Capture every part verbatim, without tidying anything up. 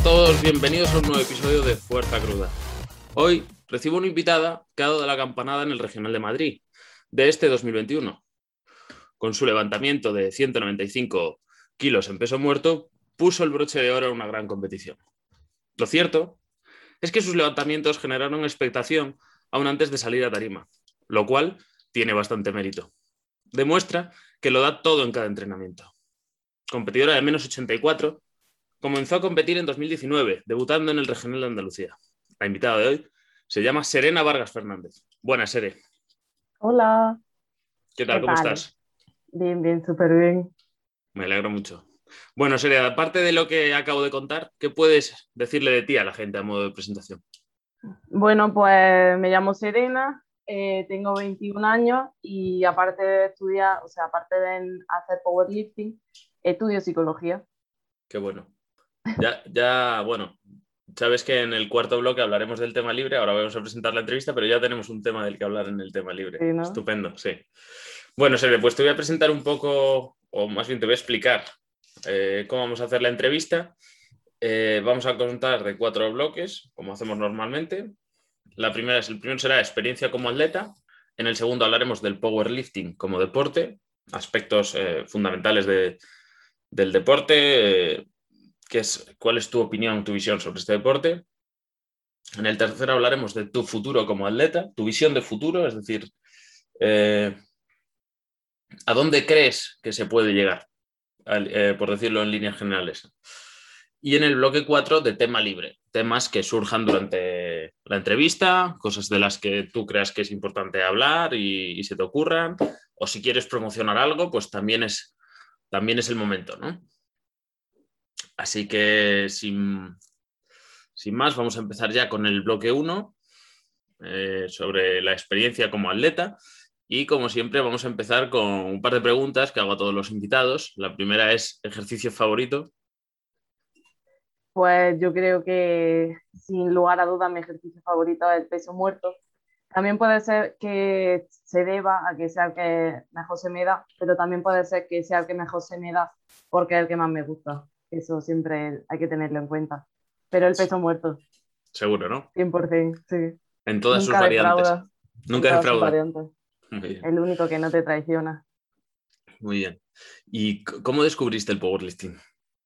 todos, bienvenidos a un nuevo episodio de Fuerza Cruda. Hoy recibo una invitada que ha dado de la campanada en el Regional de Madrid de este dos mil veintiuno. Con su levantamiento de ciento noventa y cinco kilos en peso muerto, puso el broche de oro en una gran competición. Lo cierto es que sus levantamientos generaron expectación aún antes de salir a tarima, lo cual tiene bastante mérito. Demuestra que lo da todo en cada entrenamiento. Competidora de menos ochenta y cuatro, comenzó a competir en dos mil diecinueve, debutando en el Regional de Andalucía. La invitada de hoy se llama Serena Vargas Fernández. Buenas, Sere. Hola. ¿Qué tal? ¿Qué ¿Cómo tal? estás? Bien, bien, súper bien. Me alegro mucho. Bueno, Sere, aparte de lo que acabo de contar, ¿qué puedes decirle de ti a la gente a modo de presentación? Bueno, pues me llamo Serena, eh, tengo veintiún años y aparte de estudiar, o sea, aparte de hacer powerlifting, estudio psicología. Qué bueno. Ya, ya, bueno, sabes que en el cuarto bloque hablaremos del tema libre, ahora vamos a presentar la entrevista, pero ya tenemos un tema del que hablar en el tema libre. Sí, ¿no? Estupendo, sí. Bueno, Sere, pues te voy a presentar un poco, o más bien te voy a explicar eh, cómo vamos a hacer la entrevista. Eh, vamos a contar de cuatro bloques, como hacemos normalmente. La primera es, el primero será experiencia como atleta. En el segundo hablaremos del powerlifting como deporte, aspectos eh, fundamentales de, del deporte, eh, que es, cuál es tu opinión, tu visión sobre este deporte. En el tercero hablaremos de tu futuro como atleta, tu visión de futuro, es decir, eh, ¿a dónde crees que se puede llegar? Eh, por decirlo en líneas generales. Y en el bloque cuatro de tema libre, temas que surjan durante la entrevista, cosas de las que tú creas que es importante hablar y, y se te ocurran, o si quieres promocionar algo, pues también es, también es el momento, ¿no? Así que sin, sin más, vamos a empezar ya con el bloque uno eh, sobre la experiencia como atleta. Y como siempre vamos a empezar con un par de preguntas que hago a todos los invitados. La primera es ejercicio favorito. Pues yo creo que sin lugar a dudas mi ejercicio favorito es el peso muerto. También puede ser que se deba a que sea el que mejor se me da, pero también puede ser que sea el que mejor se me da porque es el que más me gusta. Eso siempre hay que tenerlo en cuenta. Pero el peso muerto, Seguro, ¿no? cien por ciento, sí. En todas sus Nunca variantes. defrauda en Nunca todas sus defrauda. variantes. Muy bien. El único que no te traiciona. Muy bien. ¿Y cómo descubriste el powerlifting?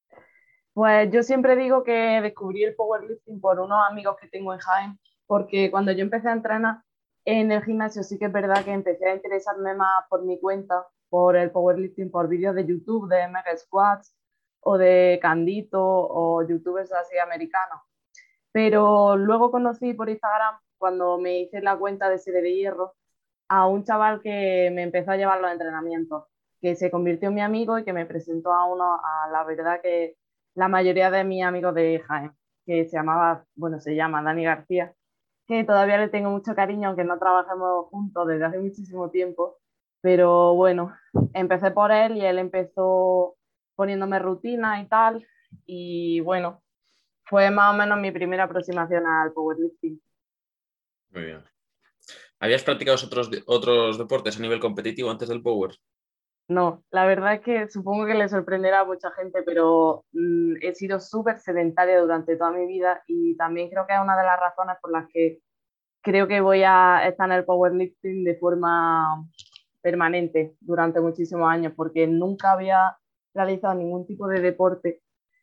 Pues yo siempre digo que descubrí el powerlifting por unos amigos que tengo en Jaén, porque cuando yo empecé a entrenar en el gimnasio sí que es verdad que empecé a interesarme más por mi cuenta, por el powerlifting, por vídeos de YouTube de Mega Squats o de Candito o youtubers así americanos. Pero luego conocí por Instagram, cuando me hice la cuenta de Serie de Hierro, a un chaval que me empezó a llevar los entrenamientos, que se convirtió en mi amigo y que me presentó a uno, a la verdad que la mayoría de mis amigos de Jaén, que se llamaba, bueno, se llama Dani García, que todavía le tengo mucho cariño, aunque no trabajemos juntos desde hace muchísimo tiempo, pero bueno, empecé por él y él empezó poniéndome rutina y tal, y bueno, fue más o menos mi primera aproximación al powerlifting. Muy bien. ¿Habías practicado otros, otros deportes a nivel competitivo antes del power? No, la verdad es que supongo que le sorprenderá a mucha gente, pero mm, he sido súper sedentaria durante toda mi vida y también creo que es una de las razones por las que creo que voy a estar en el powerlifting de forma permanente durante muchísimos años, porque nunca había realizado ningún tipo de deporte,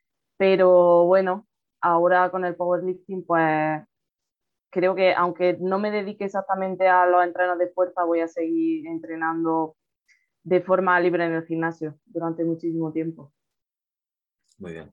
pero bueno, ahora con el powerlifting pues creo que aunque no me dedique exactamente a los entrenos de fuerza, voy a seguir entrenando de forma libre en el gimnasio durante muchísimo tiempo. Muy bien.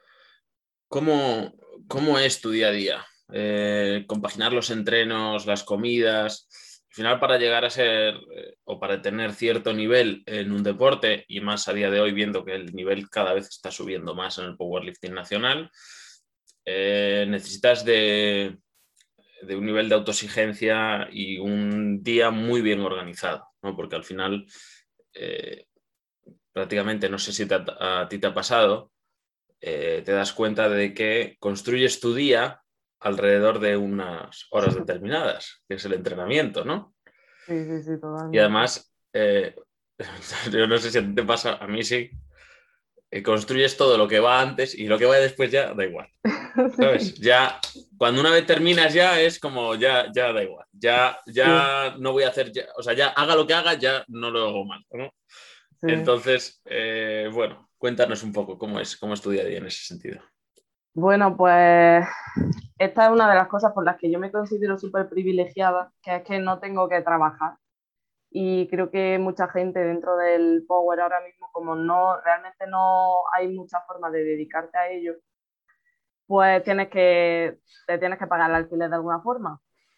¿Cómo, cómo es tu día a día? Eh, compaginar los entrenos, las comidas. Al final, para llegar a ser eh, o para tener cierto nivel en un deporte, y más a día de hoy, viendo que el nivel cada vez está subiendo más en el powerlifting nacional, eh, necesitas de, de un nivel de autoexigencia y un día muy bien organizado, ¿no? Porque al final, eh, prácticamente, no sé si te ha, a ti te ha pasado, eh, te das cuenta de que construyes tu día alrededor de unas horas determinadas, que es el entrenamiento, ¿no? Sí, sí, sí, Y totalmente. además, eh, yo no sé si a ti te pasa, a mí sí, eh, construyes todo lo que va antes y lo que va después ya da igual. ¿Sabes? Sí. Ya, cuando una vez terminas ya es como ya, ya da igual. Ya, Sí, ya no voy a hacer, ya, o sea, ya haga lo que haga, ya no lo hago mal, ¿no? sí. Entonces, eh, bueno, cuéntanos un poco cómo es, cómo es tu día a día en ese sentido. Bueno, pues esta es una de las cosas por las que yo me considero súper privilegiada, que es que no tengo que trabajar. Y creo que mucha gente dentro del Power ahora mismo, como no realmente no hay mucha forma de dedicarte a ello, pues tienes que, te tienes que pagar el alquiler de alguna forma.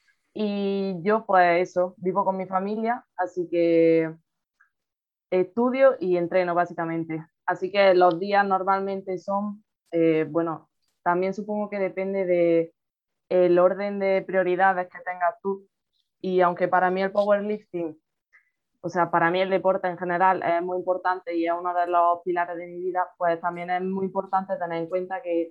Y yo, pues eso, vivo con mi familia, así que estudio y entreno básicamente. Así que los días normalmente son, eh, bueno, también supongo que depende de el orden de prioridades que tengas tú. Y aunque para mí el powerlifting, o sea, para mí el deporte en general es muy importante y es uno de los pilares de mi vida, pues también es muy importante tener en cuenta que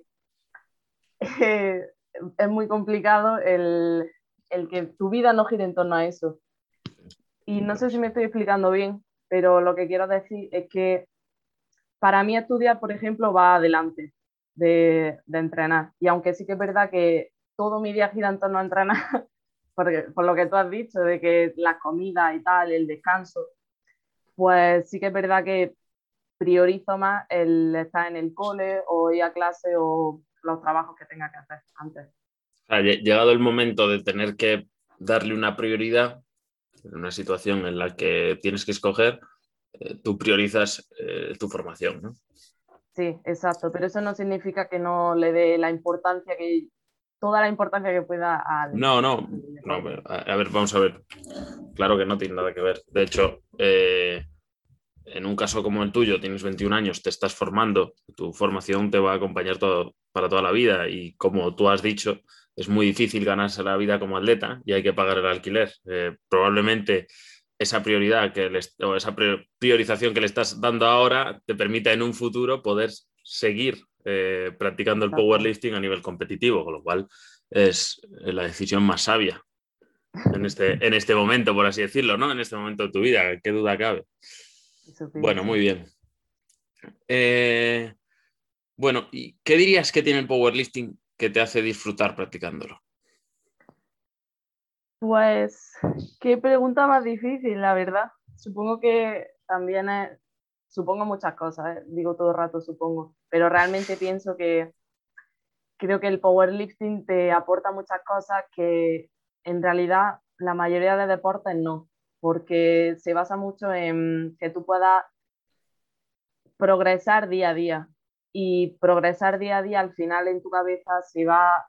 eh, es muy complicado el, el que tu vida no gire en torno a eso. Y no sé si me estoy explicando bien, pero lo que quiero decir es que para mí estudiar, por ejemplo, va adelante de, de entrenar. Y aunque sí que es verdad que todo mi día gira en torno a entrenar, porque, por lo que tú has dicho, de que la comida y tal, el descanso, pues sí que es verdad que priorizo más el estar en el cole o ir a clase o los trabajos que tenga que hacer antes. O sea, lle- llegado el momento de tener que darle una prioridad en una situación en la que tienes que escoger, eh, tú priorizas eh, tu formación, ¿no? Sí, exacto, pero eso no significa que no le dé la importancia que, toda la importancia que pueda al, No, no, al no, deporte. a, a ver, vamos a ver. Claro que no tiene nada que ver. De hecho, eh, en un caso como el tuyo, tienes veintiún años, te estás formando, tu formación te va a acompañar todo, para toda la vida y como tú has dicho, es muy difícil ganarse la vida como atleta y hay que pagar el alquiler. Eh, probablemente esa prioridad que les, o esa priorización que le estás dando ahora te permita en un futuro poder seguir eh, practicando el Exacto. powerlifting a nivel competitivo, con lo cual es la decisión más sabia en este, en este momento, por así decirlo, ¿no? En este momento de tu vida, qué duda cabe. Eso opino, Bueno, sí. muy bien. Eh, bueno, ¿y qué dirías que tiene el powerlifting que te hace disfrutar practicándolo? Pues, qué pregunta más difícil, la verdad. Supongo que también es, supongo muchas cosas, ¿eh? Digo todo el rato supongo, pero realmente pienso que creo que el powerlifting te aporta muchas cosas que en realidad la mayoría de deportes no, porque se basa mucho en que tú puedas progresar día a día y progresar día a día al final en tu cabeza se va,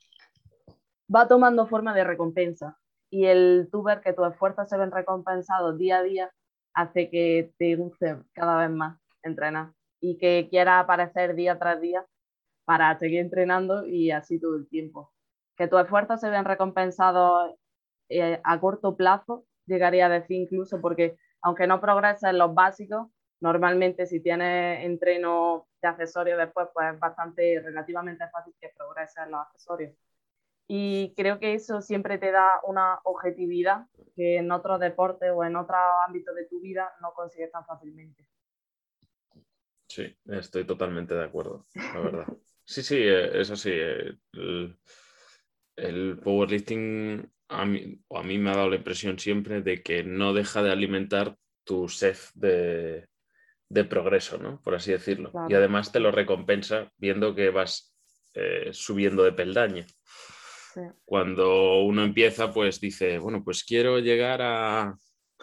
va tomando forma de recompensa y el tú ver que tus esfuerzos se ven recompensados día a día hace que te guste cada vez más entrenar y que quieras aparecer día tras día para seguir entrenando y así todo el tiempo. Que tus esfuerzos se ven recompensados eh, a corto plazo, llegaría a decir incluso, porque aunque no progreses en los básicos, normalmente si tienes entreno de accesorios después, pues es bastante relativamente fácil que progreses en los accesorios. Y creo que eso siempre te da una objetividad que en otros deportes o en otros ámbitos de tu vida no consigues tan fácilmente. Sí, estoy totalmente de acuerdo, la verdad. Sí, sí, eh, es así. eh, El, el powerlifting a mí, o a mí me ha dado la impresión siempre de que no deja de alimentar tu sed de, de progreso, ¿no? Por así decirlo. Y Claro, además te sí, lo recompensa viendo que vas eh, subiendo de peldaño. sí, Cuando uno empieza, pues dice, bueno, pues quiero llegar a,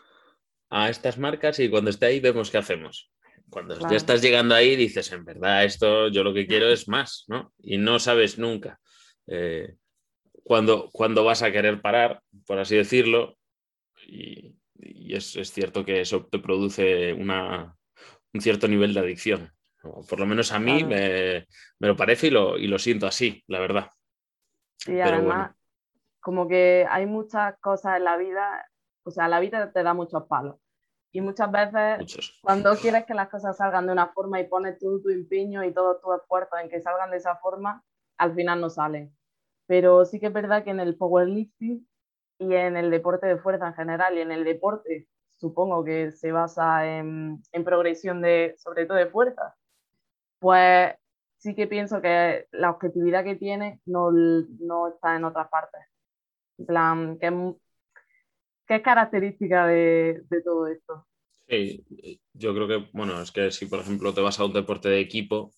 a estas marcas y cuando esté ahí vemos qué hacemos. Cuando ya claro. estás llegando ahí dices, en verdad, esto yo lo que quiero es más, ¿no? Y no sabes nunca eh, cuándo, cuándo vas a querer parar, por así decirlo, y, y es, es, cierto que eso te produce una, un cierto nivel de adicción. O por lo menos a mí Claro. me, me lo parece y lo, y lo siento así, la verdad. Y Pero además, bueno, como que hay muchas cosas en la vida, o sea, la vida te da muchos palos. Y muchas veces muchos. cuando quieres que las cosas salgan de una forma y pones todo tu empeño y todo tu esfuerzo en que salgan de esa forma, al final no salen. Pero sí que es verdad que en el powerlifting y en el deporte de fuerza en general y en el deporte, supongo que se basa en, en progresión de, sobre todo de fuerza, pues sí que pienso que la objetividad que tiene no, no está en otras partes. En plan, que es, que es característica de, de todo esto. Sí, yo creo que, bueno, es que si por ejemplo te vas a un deporte de equipo,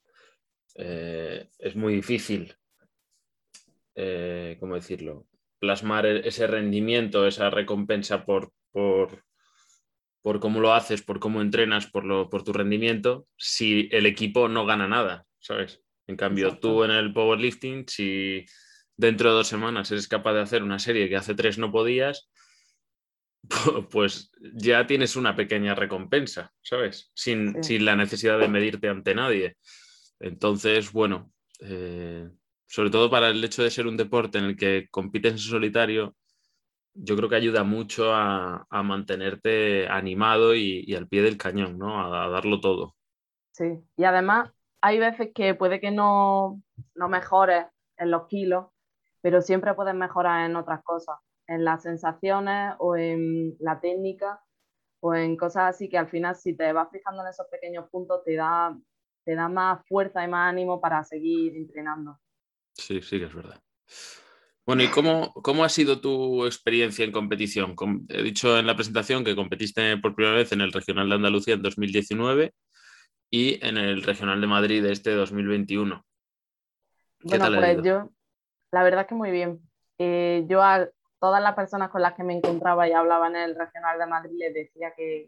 eh, es muy difícil, eh, ¿cómo decirlo? Plasmar e- ese rendimiento, esa recompensa por, por, por cómo lo haces, por cómo entrenas, por, lo, por tu rendimiento, si el equipo no gana nada, ¿sabes? En cambio, tú Exacto. en el powerlifting, si dentro de dos semanas eres capaz de hacer una serie que hace tres no podías, pues ya tienes una pequeña recompensa, ¿sabes? Sí, Sin, sin la necesidad de medirte ante nadie. Entonces, bueno, eh, sobre todo para el hecho de ser un deporte en el que compites en solitario, yo creo que ayuda mucho a, a mantenerte animado y, y al pie del cañón, ¿no? A, a darlo todo. sí. Y además hay veces que puede que no, no mejores en los kilos, pero siempre puedes mejorar en otras cosas, en las sensaciones o en la técnica o en cosas así que al final si te vas fijando en esos pequeños puntos te da, te da más fuerza y más ánimo para seguir entrenando. Sí, sí que es verdad. Bueno, ¿y cómo, cómo ha sido tu experiencia en competición? Com- He dicho en la presentación que competiste por primera vez en el Regional de Andalucía en dos mil diecinueve y en el Regional de Madrid de este dos mil veintiuno. ¿Qué Bueno, tal ha pues ido? yo, la verdad es que muy bien. Eh, yo a todas las personas con las que me encontraba y hablaba en el Regional de Madrid les decía que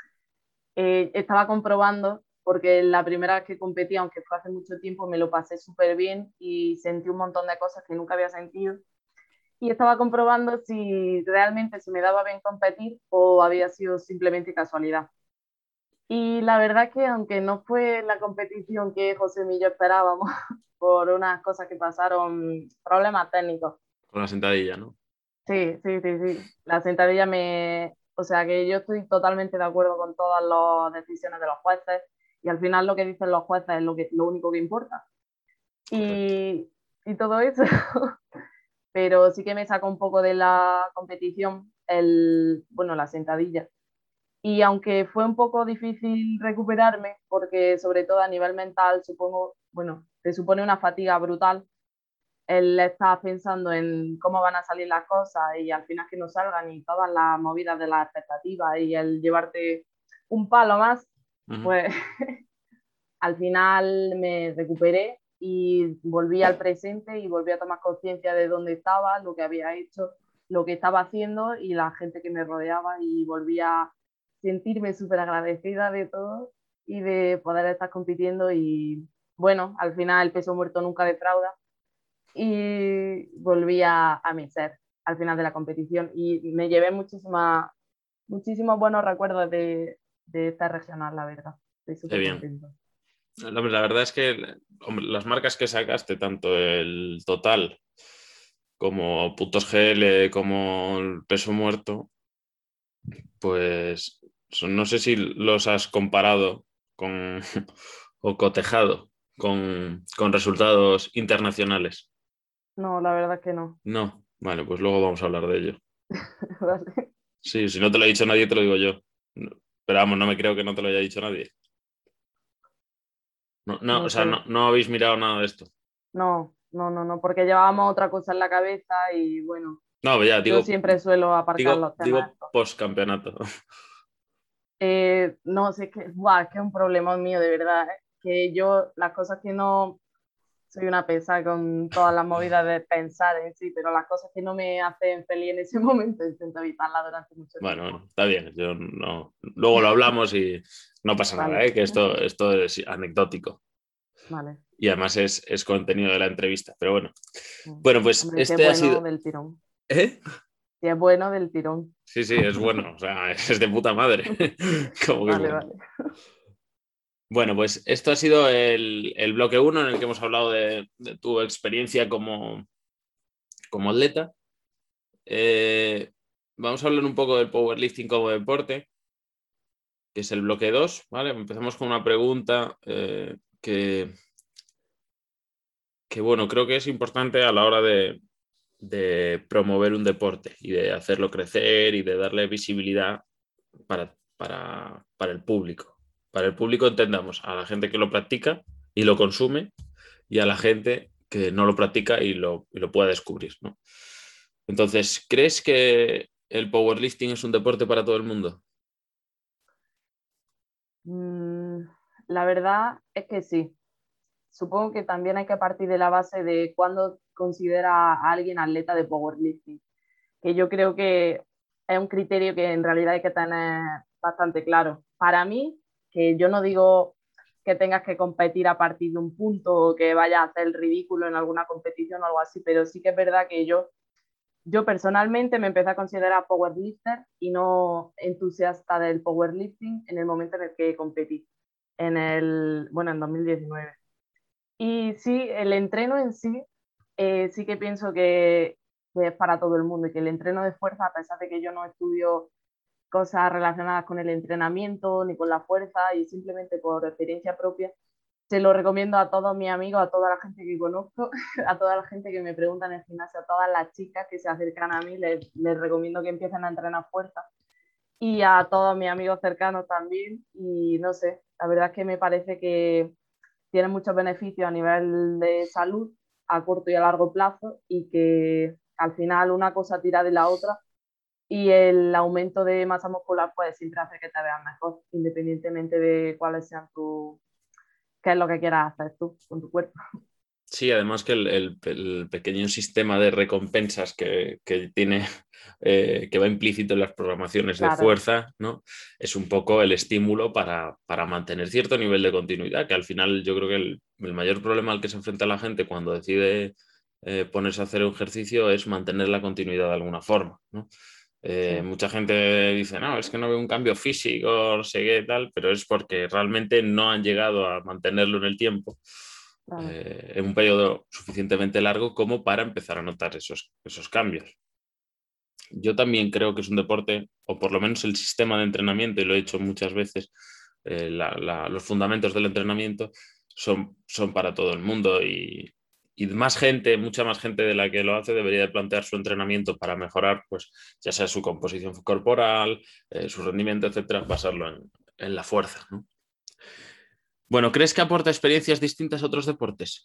eh, estaba comprobando, porque la primera vez que competí, aunque fue hace mucho tiempo, me lo pasé súper bien y sentí un montón de cosas que nunca había sentido. Y estaba comprobando si realmente se me daba bien competir o había sido simplemente casualidad. Y la verdad que aunque no fue la competición que José y yo esperábamos, por unas cosas que pasaron, problemas técnicos. Con la sentadilla, ¿no? Sí, sí, sí, sí. La sentadilla me... O sea que yo estoy totalmente de acuerdo con todas las decisiones de los jueces y al final lo que dicen los jueces es lo, que, lo único que importa. Correcto. Y, y todo eso, pero sí que me sacó un poco de la competición el, bueno, la sentadilla. Y aunque fue un poco difícil recuperarme, porque sobre todo a nivel mental, supongo, bueno, te supone una fatiga brutal, él está pensando en cómo van a salir las cosas y al final que no salgan y todas las movidas de las expectativas y el llevarte un palo más, Ujú. pues al final me recuperé y volví al presente y volví a tomar conciencia de dónde estaba, lo que había hecho, lo que estaba haciendo y la gente que me rodeaba y volví a sentirme súper agradecida de todo y de poder estar compitiendo y bueno, al final el peso muerto nunca defrauda y volví a, a mi ser al final de la competición y me llevé muchísima, muchísimos buenos recuerdos de, de esta regional, la verdad. Estoy Qué súper bien. contento. Hombre, la verdad es que hombre, las marcas que sacaste, tanto el total como puntos G L, como el peso muerto, pues son- no sé si los has comparado con, o cotejado con, con resultados internacionales. No, la verdad que no. No, vale, pues luego vamos a hablar de ello. Vale. Sí, si no te lo ha dicho nadie, te lo digo yo. No, pero vamos, no me creo que no te lo haya dicho nadie. No, no, No o sea, sé. no, no habéis mirado nada de esto. No, no, no, no, porque llevábamos otra cosa en la cabeza y bueno, No, ya, yo digo, siempre suelo aparcar digo, los temas digo estos. post campeonato. Eh, no sé, que, buah, es que es un problema mío, de verdad. ¿Eh? Que yo, las cosas que no, soy una pesa con todas las movidas de pensar en sí, pero las cosas que no me hacen feliz en ese momento intento evitarlas durante mucho Bueno, tiempo. bueno, está bien. Yo no, luego lo hablamos y no pasa nada, Vale, ¿eh? Que esto, esto es anecdótico vale. y además es, es contenido de la entrevista. Pero bueno, Mm. bueno, pues Hombre, si es este ha bueno sido. del tirón. ¿Eh? Si es bueno del tirón. Sí, sí, es bueno. O sea, es de puta madre. ¿Cómo que es Vale, bueno? vale. Bueno, pues esto ha sido el, el bloque uno en el que hemos hablado de, de tu experiencia como, como atleta. Eh, vamos a hablar un poco del powerlifting como deporte, que es el bloque dos, ¿vale? Empezamos con una pregunta eh, que, que, bueno, creo que es importante a la hora de, de promover un deporte y de hacerlo crecer y de darle visibilidad para, para, para el público. para el público entendamos a la gente que lo practica y lo consume y a la gente que no lo practica y lo, y lo pueda descubrir, ¿no? Entonces, ¿crees que el powerlifting es un deporte para todo el mundo? Mm, la verdad es que sí. Supongo que también hay que partir de la base de cuándo considera a alguien atleta de powerlifting, que yo creo que es un criterio que en realidad hay que tener bastante claro. Para mí, que yo no digo que tengas que competir a partir de un punto o que vayas a hacer el ridículo en alguna competición o algo así, pero sí que es verdad que yo, yo personalmente me empecé a considerar powerlifter y no entusiasta del powerlifting en el momento en el que competí, en el, bueno, en dos mil diecinueve. Y sí, el entreno en sí, eh, sí que pienso que, que es para todo el mundo y que el entreno de fuerza, a pesar de que yo no estudio cosas relacionadas con el entrenamiento ni con la fuerza y simplemente por experiencia propia, se lo recomiendo a todos mis amigos, a toda la gente que conozco, a toda la gente que me pregunta en el gimnasio, a todas las chicas que se acercan a mí, les, les recomiendo que empiecen a entrenar fuerza y a todos mis amigos cercanos también. Y no sé, la verdad es que me parece que tiene muchos beneficios a nivel de salud a corto y a largo plazo y que al final una cosa tira de la otra y el aumento de masa muscular pues siempre hace que te veas mejor, independientemente de cuáles sean tu, qué es lo que quieras hacer tú con tu cuerpo. Sí, además que el, el- el pequeño sistema de recompensas que, que tiene, eh, que va implícito en las programaciones de Claro, fuerza, ¿no? Es un poco el estímulo para, para mantener cierto nivel de continuidad, que al final yo creo que el, el mayor problema al que se enfrenta la gente cuando decide eh, ponerse a hacer un ejercicio es mantener la continuidad de alguna forma, ¿no? sí, Eh, mucha gente dice, no, es que no veo un cambio físico, no sé qué tal, pero es porque realmente no han llegado a mantenerlo en el tiempo claro. eh, en un periodo suficientemente largo como para empezar a notar esos, esos cambios. Yo también creo que es un deporte, o por lo menos el sistema de entrenamiento, y lo he hecho muchas veces, eh, la, la, los fundamentos del entrenamiento son, son para todo el mundo y, y más gente, mucha más gente de la que lo hace debería de plantear su entrenamiento para mejorar, pues ya sea su composición corporal, eh, su rendimiento, etcétera, basarlo en, en la fuerza, ¿no? Bueno, ¿crees que aporta experiencias distintas a otros deportes?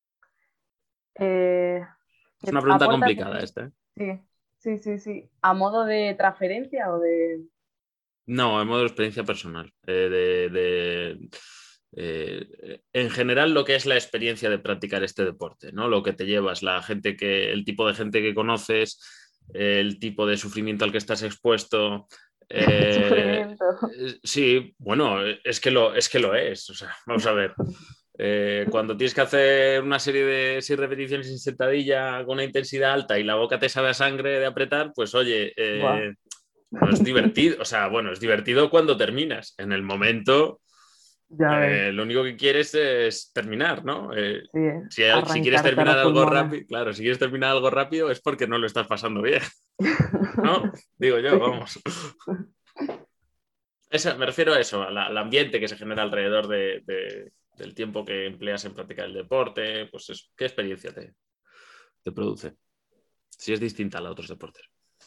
Eh, Es una pregunta ¿Aporta complicada experiencia? esta, ¿eh? Sí, sí, sí, sí. ¿A modo de transferencia o de...? No, en modo de experiencia personal. Eh, de, de, eh, en general, lo que es la experiencia de practicar este deporte, ¿no? Lo que te llevas, la gente que, el tipo de gente que conoces, el tipo de sufrimiento al que estás expuesto. Eh, Sufrimiento. sí, bueno, es que lo es. Que lo es. O sea, vamos a ver. Eh, cuando tienes que hacer una serie de seis repeticiones en sentadilla con una intensidad alta y la boca te sabe a sangre de apretar, pues oye, Buah. eh, no es divertido, o sea, bueno, es divertido cuando terminas. En el momento, Ya ves, eh, lo único que quieres es terminar, ¿no? Eh, sí, si, si, quieres arrancarte terminar los algo pulmones. rápido, claro, si quieres terminar algo rápido es porque no lo estás pasando bien, ¿no? Digo yo, Sí. vamos. Eso, me refiero a eso, al, al ambiente que se genera alrededor de, de, del tiempo que empleas en practicar el deporte, pues eso, ¿qué experiencia te, te produce? Si es distinta a la de otros deportes.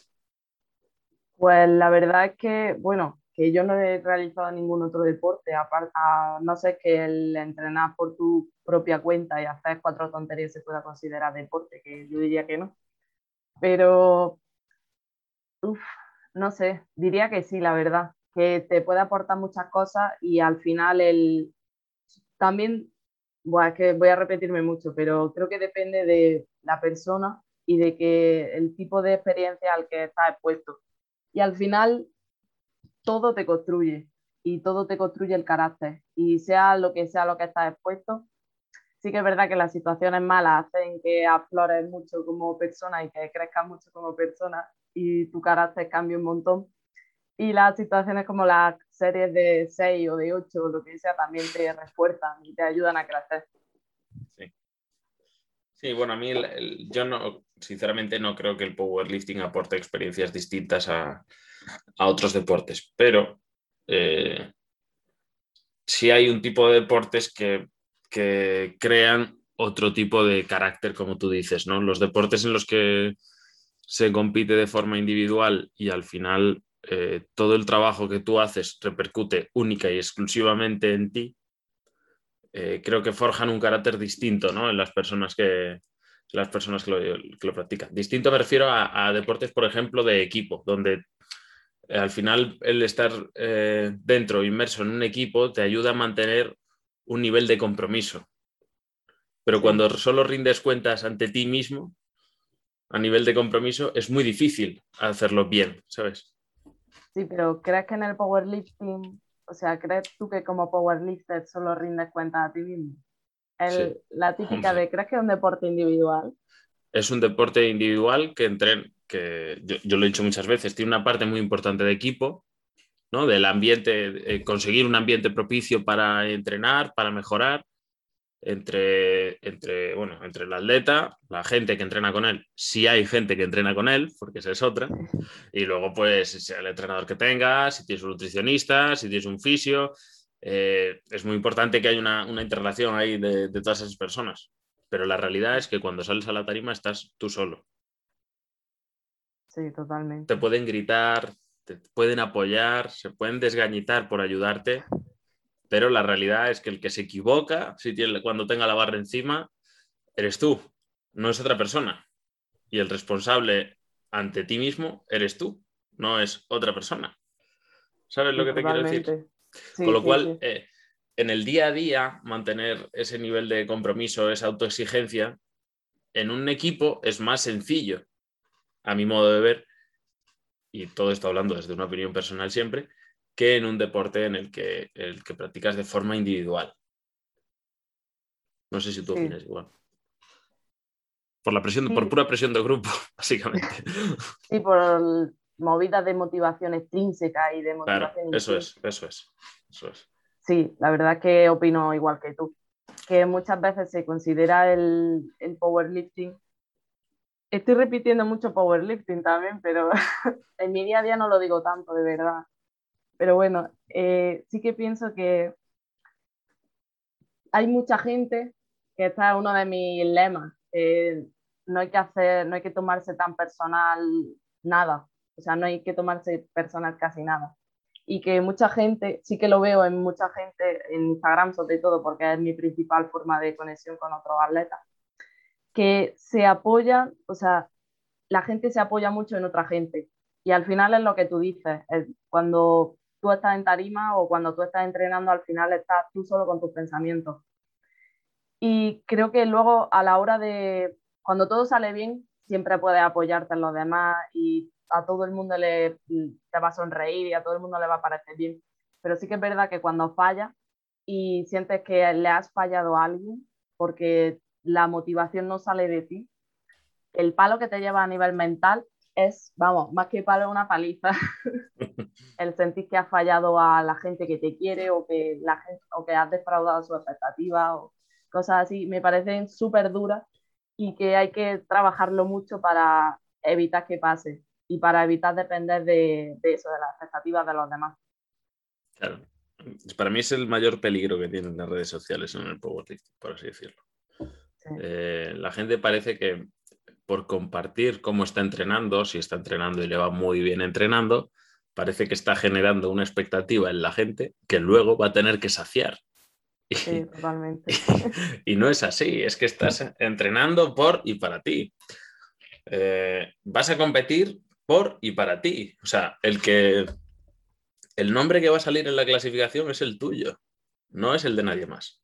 Pues la verdad es que, bueno, que yo no he realizado ningún otro deporte, aparte, a no ser que el entrenar por tu propia cuenta y hacer cuatro tonterías se pueda considerar deporte, que yo diría que no. Pero, uf, no sé, diría que sí, la verdad, que te puede aportar muchas cosas y al final el también, bueno, es que voy a repetirme mucho, pero creo que depende de la persona y de que el tipo de experiencia al que estás expuesto. Y al final todo te construye y todo te construye el carácter. Y sea lo que sea lo que estás expuesto, sí que es verdad que las situaciones malas hacen que aflores mucho como persona y que crezcas mucho como persona y tu carácter cambie un montón. Y las situaciones como las series de seis o de ocho o lo que sea también te refuerzan y te ayudan a crecer. Sí. Sí, bueno, a mí el, el, yo no, sinceramente no creo que el powerlifting aporte experiencias distintas a, a otros deportes, pero eh, sí hay un tipo de deportes que, que crean otro tipo de carácter, como tú dices, ¿no? Los deportes en los que se compite de forma individual y al final eh, todo el trabajo que tú haces repercute única y exclusivamente en ti, eh, creo que forjan un carácter distinto, ¿no? En las personas que, las personas que lo, que lo practican. Distinto me refiero a, a deportes, por ejemplo, de equipo, donde eh, al final el estar eh, dentro, inmerso en un equipo, te ayuda a mantener un nivel de compromiso. Pero Sí. cuando solo rindes cuentas ante ti mismo, a nivel de compromiso, es muy difícil hacerlo bien, ¿sabes? Sí, pero ¿crees que en el powerlifting, o sea, crees tú que como powerlifter solo rindes cuenta a ti mismo? El, Sí, la típica hombre. de, ¿crees que es un deporte individual? Es un deporte individual que, entren, que yo, yo lo he dicho muchas veces, tiene una parte muy importante de equipo, ¿no? Del ambiente, eh, conseguir un ambiente propicio para entrenar, para mejorar, entre, entre, bueno, entre el atleta, la gente que entrena con él, si hay gente que entrena con él, porque esa es otra, y luego pues el entrenador que tengas, si tienes un nutricionista, si tienes un fisio, eh, es muy importante que haya una, una interrelación ahí de, de todas esas personas. Pero la realidad es que cuando sales a la tarima estás tú solo. Sí, Te totalmente. pueden gritar, te pueden apoyar, se pueden desgañitar por ayudarte, pero la realidad es que el que se equivoca, si tiene, cuando tenga la barra encima, eres tú, no es otra persona. Y el responsable ante ti mismo eres tú, no es otra persona. ¿Sabes lo Sí, que te quiero decir? totalmente. Con Sí, lo sí, cual, sí. eh, en el día a día, mantener ese nivel de compromiso, esa autoexigencia, en un equipo es más sencillo, a mi modo de ver, y todo esto hablando desde una opinión personal siempre, que en un deporte en el que, el que practicas de forma individual. No sé si tú Sí, opinas igual. Por la presión, por sí, pura presión de grupo, básicamente. sí, por movidas de motivación extrínseca y de Claro, motivación eso es, intrínseca. eso es, eso es. Sí, la verdad es que opino igual que tú, que muchas veces se considera el, el powerlifting. Estoy repitiendo mucho powerlifting también, pero en mi día a día no lo digo tanto, de verdad. Pero bueno, eh, sí que pienso que hay mucha gente, que esta es uno de mis lemas, eh, no hay que hacer, no hay que tomarse tan personal nada, o sea, no hay que tomarse personal casi nada. Y que mucha gente, sí que lo veo en mucha gente, en Instagram sobre todo, porque es mi principal forma de conexión con otros atletas, que se apoyan, o sea, la gente se apoya mucho en otra gente. Y al final es lo que tú dices, es cuando tú estás en tarima o cuando tú estás entrenando, al final estás tú solo con tus pensamientos. Y creo que luego a la hora de, cuando todo sale bien, siempre puedes apoyarte en los demás y a todo el mundo le, te va a sonreír y a todo el mundo le va a parecer bien. Pero sí que es verdad que cuando fallas y sientes que le has fallado a alguien porque la motivación no sale de ti, el palo que te lleva a nivel mental es, vamos, más que palo, una paliza. El sentir que has fallado a la gente que te quiere o que, la gente, o que has defraudado sus expectativas o cosas así, me parecen súper duras y que hay que trabajarlo mucho para evitar que pase y para evitar depender de, de eso, de las expectativas de los demás. Claro. Para mí es el mayor peligro que tienen las redes sociales en el powerlifting, por así decirlo. Sí, Eh, la gente parece que por compartir cómo está entrenando, si está entrenando y le va muy bien entrenando, parece que está generando una expectativa en la gente que luego va a tener que saciar. sí, Y, totalmente. y no es así, es que estás entrenando por y para ti. Eh, vas a competir por y para ti. O sea, el que el nombre que va a salir en la clasificación es el tuyo, no es el de nadie más.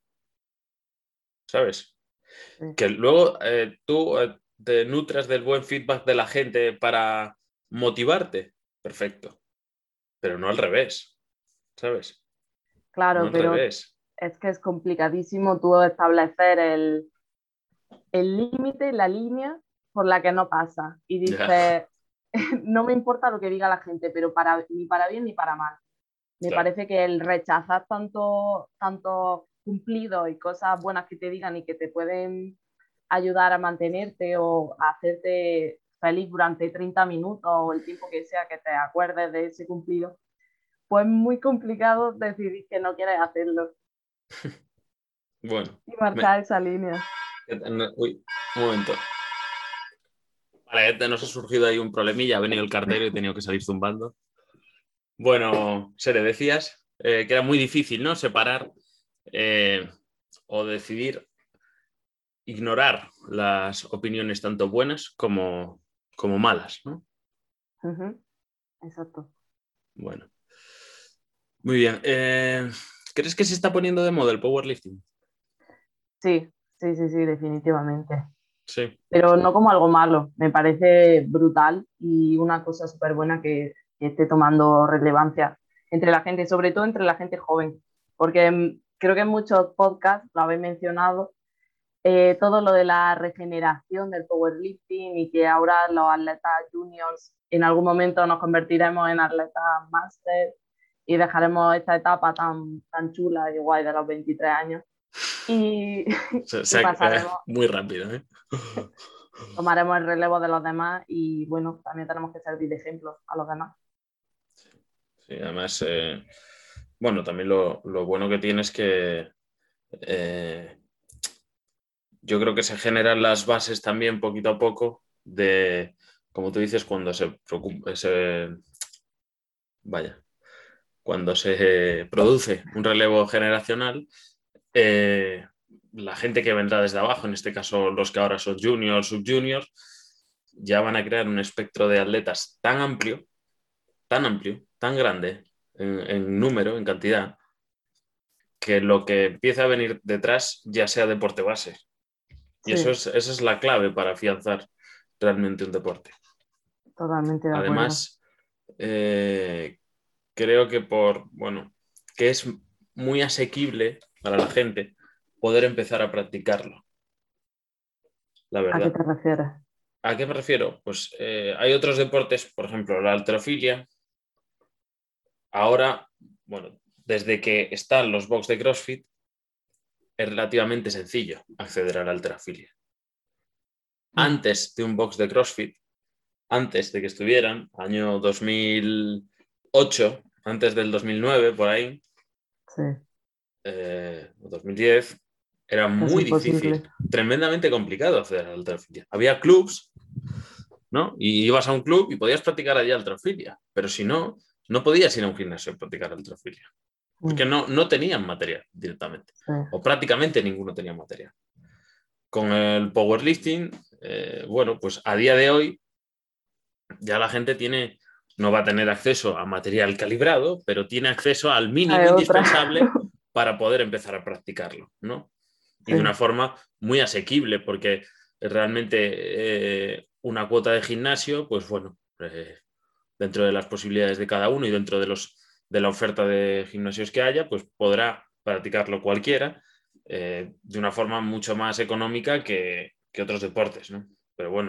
¿Sabes? Sí. Que luego eh, tú eh, te nutras del buen feedback de la gente para motivarte, perfecto, pero no al revés, ¿sabes? No Claro, al pero revés. es que es complicadísimo tú establecer el el límite, la línea por la que no pasa. Y Ya, dices, no me importa lo que diga la gente, pero para, ni para bien ni para mal. Me claro. parece que el rechazar tanto, tanto cumplidos y cosas buenas que te digan y que te pueden ayudar a mantenerte o a hacerte feliz durante treinta minutos o el tiempo que sea que te acuerdes de ese cumplido, pues es muy complicado decidir que no quieres hacerlo Bueno, y me... marcar esa línea. Uy, un momento. Vale, nos ha surgido ahí un problemilla, ha venido el cartero y he tenido que salir zumbando. Bueno, Sere, decías eh, que era muy difícil, ¿no? Separar eh, o decidir ignorar las opiniones tanto buenas como, como malas, ¿no? Uh-huh. Exacto. Bueno, muy bien. Eh, ¿crees que se está poniendo de moda el powerlifting? Sí, sí, sí, sí, definitivamente. Sí. Pero no como algo malo, me parece brutal y una cosa súper buena que, que esté tomando relevancia entre la gente, sobre todo entre la gente joven, porque mm, creo que en muchos podcasts lo habéis mencionado, eh, todo lo de la regeneración del powerlifting y que ahora los atletas juniors en algún momento nos convertiremos en atletas máster y dejaremos esta etapa tan, tan chula y guay de los veintitrés años y, Se, y se, eh, pasaremos, muy rápido, ¿eh? tomaremos el relevo de los demás y bueno, también tenemos que servir de ejemplo a los demás. Sí, además, eh, bueno, también lo, lo, bueno que tiene es que eh, yo creo que se generan las bases también poquito a poco de, como tú dices, cuando se preocupa, se, vaya, cuando se produce un relevo generacional, eh, la gente que vendrá desde abajo, en este caso los que ahora son juniors, subjuniors, ya van a crear un espectro de atletas tan amplio, tan amplio, tan grande en, en número, en cantidad, que lo que empieza a venir detrás ya sea deporte base. Y Sí, eso es, esa es la clave para afianzar realmente un deporte. totalmente de acuerdo. Además, eh, creo que por, bueno, que es muy asequible para la gente poder empezar a practicarlo, la ¿A qué verdad. te refieres? ¿A qué me refiero? Pues eh, hay otros deportes, por ejemplo, la halterofilia. Ahora, bueno, desde que están los box de CrossFit, es relativamente sencillo acceder a la halterofilia. Mm, Antes de un box de CrossFit, antes de que estuvieran, año dos mil ocho, antes del dos mil nueve, por ahí, sí, eh, dos mil diez, era casi muy imposible. difícil, tremendamente complicado hacer halterofilia. Había clubs, ¿no? Y ibas a un club y podías practicar allí halterofilia, pero si no, no podías ir a un gimnasio a practicar halterofilia, porque Mm, no, no tenían material directamente, sí. o prácticamente ninguno tenía material. Con el powerlifting, eh, bueno, pues a día de hoy ya la gente tiene, no va a tener acceso a material calibrado, pero tiene acceso al mínimo Hay otra. indispensable para poder empezar a practicarlo, ¿no? Y Sí, de una forma muy asequible, porque realmente eh, una cuota de gimnasio, pues bueno, eh, dentro de las posibilidades de cada uno y dentro de, los, de la oferta de gimnasios que haya, pues podrá practicarlo cualquiera eh, de una forma mucho más económica que, que otros deportes, ¿no? Pero bueno,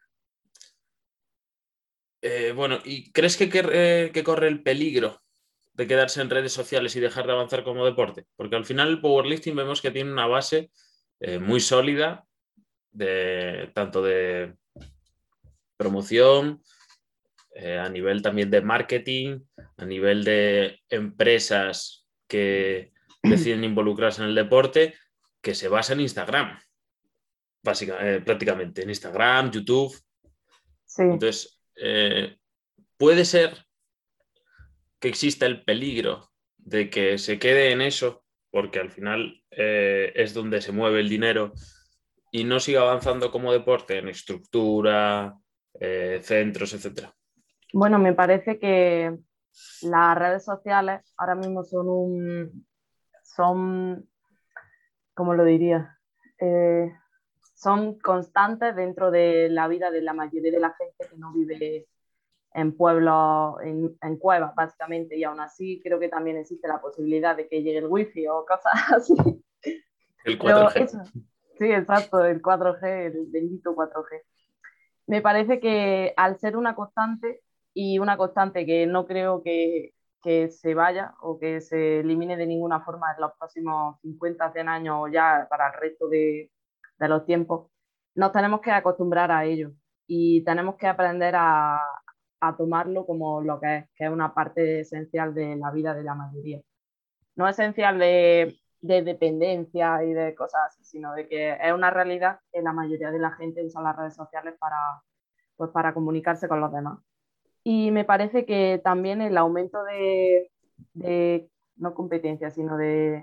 Eh, bueno, ¿y crees que, que, eh, que corre el peligro de quedarse en redes sociales y dejar de avanzar como deporte? Porque al final el powerlifting vemos que tiene una base eh, muy sólida, de, tanto de promoción, eh, a nivel también de marketing, a nivel de empresas que deciden involucrarse en el deporte, que se basa en Instagram, básicamente, eh, prácticamente, en Instagram, YouTube. sí. Entonces, eh, puede ser que exista el peligro de que se quede en eso, porque al final eh, es donde se mueve el dinero y no siga avanzando como deporte en estructura, eh, centros, etcétera. Bueno, me parece que las redes sociales ahora mismo son un, son, ¿cómo lo diría? Eh, son constantes dentro de la vida de la mayoría de la gente que no vive en pueblos, en, en cuevas, básicamente, y aún así creo que también existe la posibilidad de que llegue el wifi o cosas así. El Pero cuatro G. eso, sí, exacto, el cuatro G, el bendito cuatro G. Me parece que al ser una constante y una constante que no creo que, que se vaya o que se elimine de ninguna forma en los próximos cincuenta, cien años o ya para el resto de, de los tiempos, nos tenemos que acostumbrar a ello y tenemos que aprender a, a tomarlo como lo que es, que es una parte esencial de la vida de la mayoría. No esencial de, de dependencia y de cosas así, sino de que es una realidad que la mayoría de la gente usa las redes sociales para, pues, para comunicarse con los demás. Y me parece que también el aumento de, de no competencia, sino de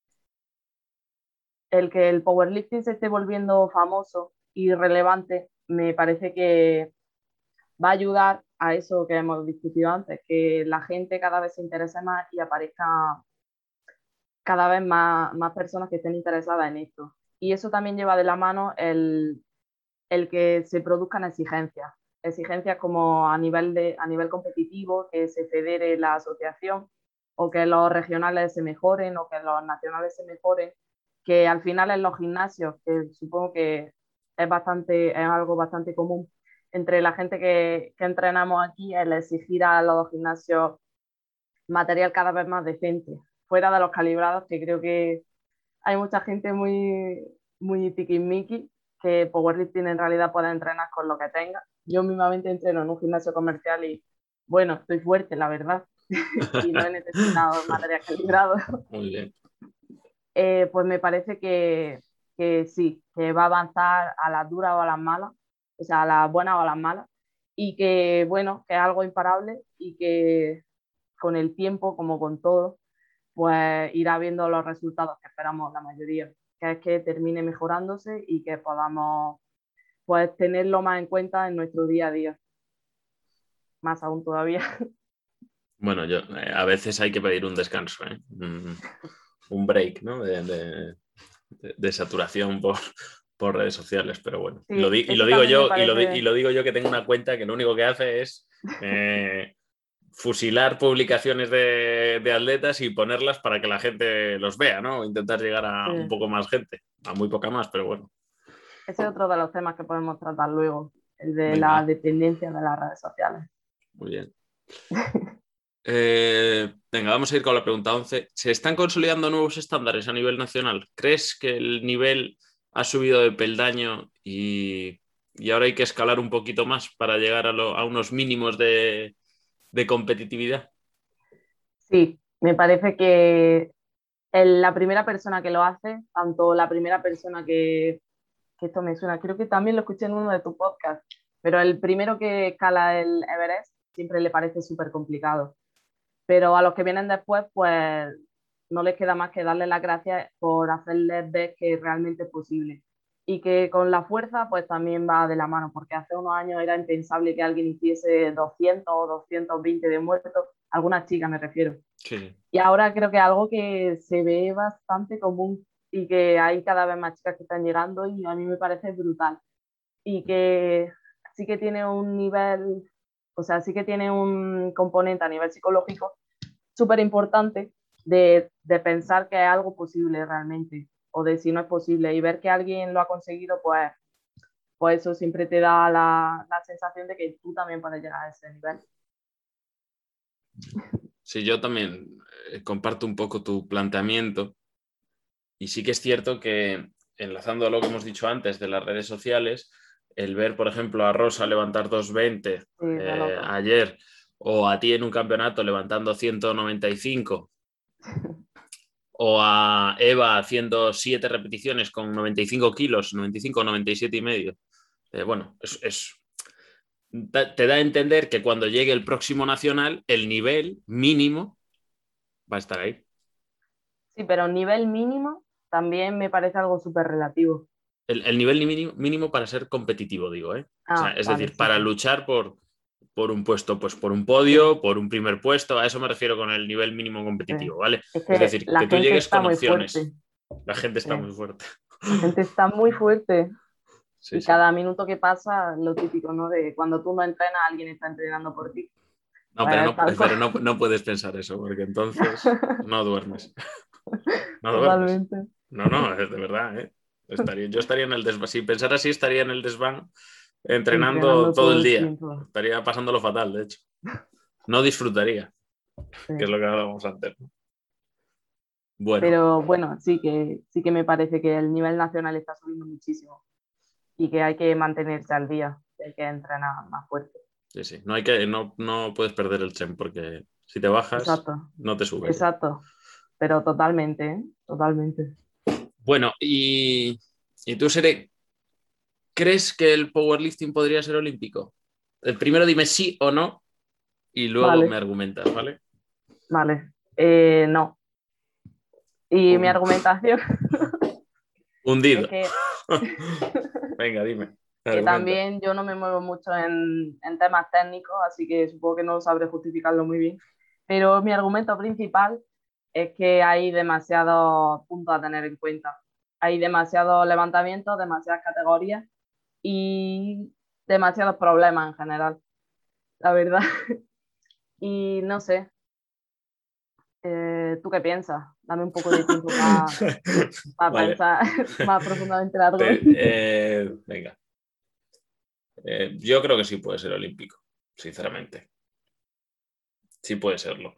el que el powerlifting se esté volviendo famoso y relevante, me parece que va a ayudar a eso que hemos discutido antes, que la gente cada vez se interese más y aparezca cada vez más, más personas que estén interesadas en esto. Y eso también lleva de la mano el, el que se produzcan exigencias, exigencias como a nivel, de, a nivel competitivo, que se federe la asociación o que los regionales se mejoren o que los nacionales se mejoren, que al final en los gimnasios, que supongo que es, bastante, es algo bastante común entre la gente que, que entrenamos aquí, el exigir a los gimnasios material cada vez más decente, fuera de los calibrados, que creo que hay mucha gente muy, muy tiquismiqui que powerlifting en realidad puede entrenar con lo que tenga. Yo mismamente entreno en un gimnasio comercial y, bueno, estoy fuerte, la verdad, y no he necesitado material calibrado. Muy bien. Eh, pues me parece que, que sí, que va a avanzar a las duras o a las malas, o sea, a las buenas o a las malas, y que, bueno, que es algo imparable y que con el tiempo, como con todo, pues irá viendo los resultados que esperamos la mayoría, que es que termine mejorándose y que podamos pues tenerlo más en cuenta en nuestro día a día, más aún todavía. Bueno, yo eh, a veces hay que pedir un descanso, ¿eh? un, un break, ¿no? de, de, de, de saturación por, por redes sociales, pero bueno. Sí, Y lo, di, y lo eso digo también me yo, y lo, parece... y lo digo yo que tengo una cuenta que lo único que hace es eh, fusilar publicaciones de, de atletas y ponerlas para que la gente los vea, ¿no? Intentar llegar a Sí. un poco más gente, a muy poca más, pero bueno. Ese es otro de los temas que podemos tratar luego, el de Venga, la dependencia de las redes sociales. muy bien. Eh, venga, vamos a ir con la pregunta once. ¿Se están consolidando nuevos estándares a nivel nacional? ¿Crees que el nivel ha subido de peldaño y, y ahora hay que escalar un poquito más para llegar a, lo, a unos mínimos de, de competitividad? Sí, me parece que el, la primera persona que lo hace, tanto la primera persona que, que esto me suena, creo que también lo escuché en uno de tus podcasts, pero el primero que escala el Everest siempre le parece súper complicado. Pero a los que vienen después, pues no les queda más que darles las gracias por hacerles ver que realmente es posible. Y que con la fuerza, pues también va de la mano, porque hace unos años era impensable que alguien hiciese doscientos o doscientos veinte de muertos, algunas chicas me refiero. Sí. Y ahora creo que es algo que se ve bastante común y que hay cada vez más chicas que están llegando y a mí me parece brutal. Y que sí que tiene un nivel, o sea, sí que tiene un componente a nivel psicológico súper importante de, de pensar que es algo posible realmente o de si no es posible y ver que alguien lo ha conseguido, pues, pues eso siempre te da la, la sensación de que tú también puedes llegar a ese nivel. Sí, yo también eh, comparto un poco tu planteamiento y sí que es cierto que, enlazando a lo que hemos dicho antes de las redes sociales, el ver, por ejemplo, a Rosa levantar doscientos veinte Sí, de eh, loco. ayer o a ti en un campeonato levantando ciento noventa y cinco o a Eva haciendo siete repeticiones con noventa y cinco kilos, noventa y cinco, noventa y siete y medio. Eh, bueno, es, es, te da a entender que cuando llegue el próximo nacional, el nivel mínimo va a estar ahí. Sí, pero nivel mínimo también me parece algo súper relativo. El, el nivel mínimo, mínimo para ser competitivo, digo, ¿eh? O sea, Ah, es vale, decir, sí, para sí. luchar por, por un puesto, pues por un Sí, podio, por un primer puesto, a eso me refiero con el nivel mínimo sí. competitivo, ¿vale? Es Es que decir, la que tú gente llegues está con muy fuerte. opciones. La gente Sí. está muy fuerte. La gente está muy fuerte. Sí, Y sí. cada minuto que pasa, lo típico, ¿no? De cuando tú no entrenas, alguien está entrenando por ti. No, pero, Pues no, tal cual. pero no, no puedes pensar eso, porque entonces no duermes. No duermes. Totalmente. No, no, es de verdad, ¿eh? Estaría, yo estaría en el desván. Si pensara así, estaría en el desván entrenando Entrenando todo el todo el día. tiempo. Estaría pasándolo fatal, de hecho. No disfrutaría, Sí. que es lo que hablábamos antes. Bueno, Pero bueno, sí que, sí que me parece que el nivel nacional está subiendo muchísimo y que hay que mantenerse al día, que hay que entrenar más fuerte. sí, sí. No, hay que, no, no puedes perder el tren porque si te bajas, Exacto, no te subes ya. exacto. Pero totalmente, ¿eh? Totalmente. Bueno, y, y tú, Sere, ¿crees que el powerlifting podría ser olímpico? El primero dime sí o no, y luego Vale. me argumentas, ¿vale? Vale. Eh, no. Y Un... mi argumentación Hundido. es que, Venga, dime. que Argumenta. también yo no me muevo mucho en, en temas técnicos, así que supongo que no sabré justificarlo muy bien. Pero mi argumento principal es que hay demasiados puntos a tener en cuenta. Hay demasiados levantamientos, demasiadas categorías y demasiados problemas en general, la verdad. Y no sé, eh, ¿tú qué piensas? Dame un poco de tiempo para pa Vale. pensar más profundamente el Te- argumento. eh, venga. Eh, yo creo que sí puede ser olímpico, sinceramente. Sí puede serlo.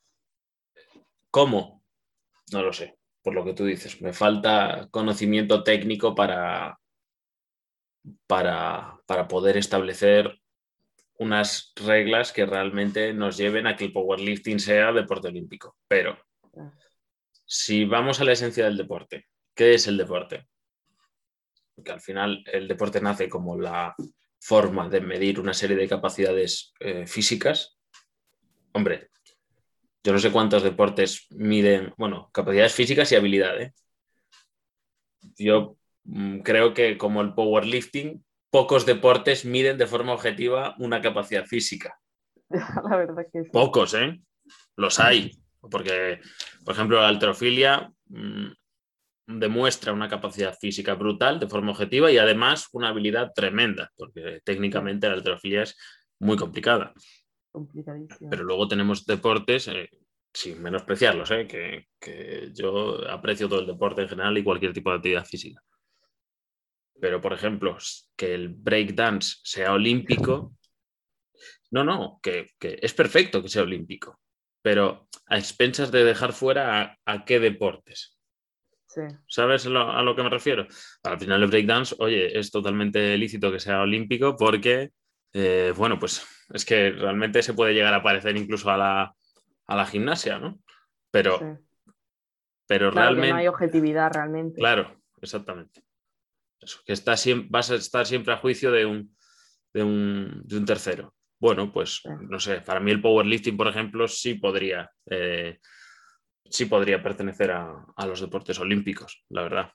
¿Cómo? No lo sé, por lo que tú dices. Me falta conocimiento técnico para, para, para poder establecer unas reglas que realmente nos lleven a que el powerlifting sea deporte olímpico. Pero si vamos a la esencia del deporte, ¿qué es el deporte? Porque al final el deporte nace como la forma de medir una serie de capacidades eh, físicas. Hombre, yo no sé cuántos deportes miden, bueno, capacidades físicas y habilidad, ¿eh? Yo mmm, creo que como el powerlifting, pocos deportes miden de forma objetiva una capacidad física. La verdad es que sí. Pocos, ¿eh? Los hay. Porque, por ejemplo, la halterofilia mmm, demuestra una capacidad física brutal de forma objetiva y además una habilidad tremenda, porque técnicamente la halterofilia es muy complicada. Complicadísimo. Pero luego tenemos deportes, eh, sin menospreciarlos, eh, que, que yo aprecio todo el deporte en general y cualquier tipo de actividad física. Pero, por ejemplo, que el breakdance sea olímpico, no, no, que, que es perfecto que sea olímpico, pero a expensas de dejar fuera a, a qué deportes. Sí. ¿Sabes a lo, a lo que me refiero? Al final el breakdance, oye, es totalmente lícito que sea olímpico porque, eh, bueno, pues es que realmente se puede llegar a parecer incluso a la, a la gimnasia, ¿no? Sí. Pero, pero Claro que no hay realmente, objetividad realmente. claro, exactamente. Eso, que está siempre, vas a estar siempre a juicio de un, de un, de un tercero. Bueno, pues Sí. no sé, para mí el powerlifting, por ejemplo, sí podría, eh, sí podría pertenecer a, a los deportes olímpicos, la verdad.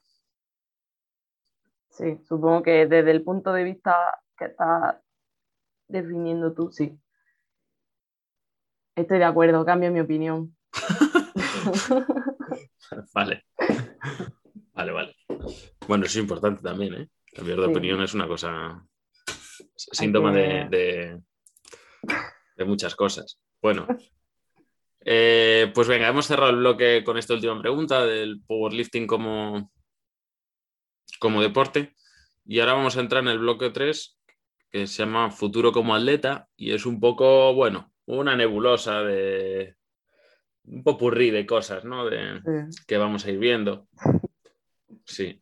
Sí, supongo que desde el punto de vista que estás definiendo tú, sí. Estoy de acuerdo, cambio mi opinión. Vale, vale, vale. Bueno, eso es importante también, ¿eh? Cambiar de Sí, opinión es una cosa, hay síntoma de, que... de, de muchas cosas. Bueno, eh, pues venga, hemos cerrado el bloque con esta última pregunta del powerlifting como, como deporte y ahora vamos a entrar en el bloque tres que se llama Futuro como atleta y es un poco, bueno, una nebulosa de un popurrí de cosas, ¿no? De, Sí. que vamos a ir viendo. Sí.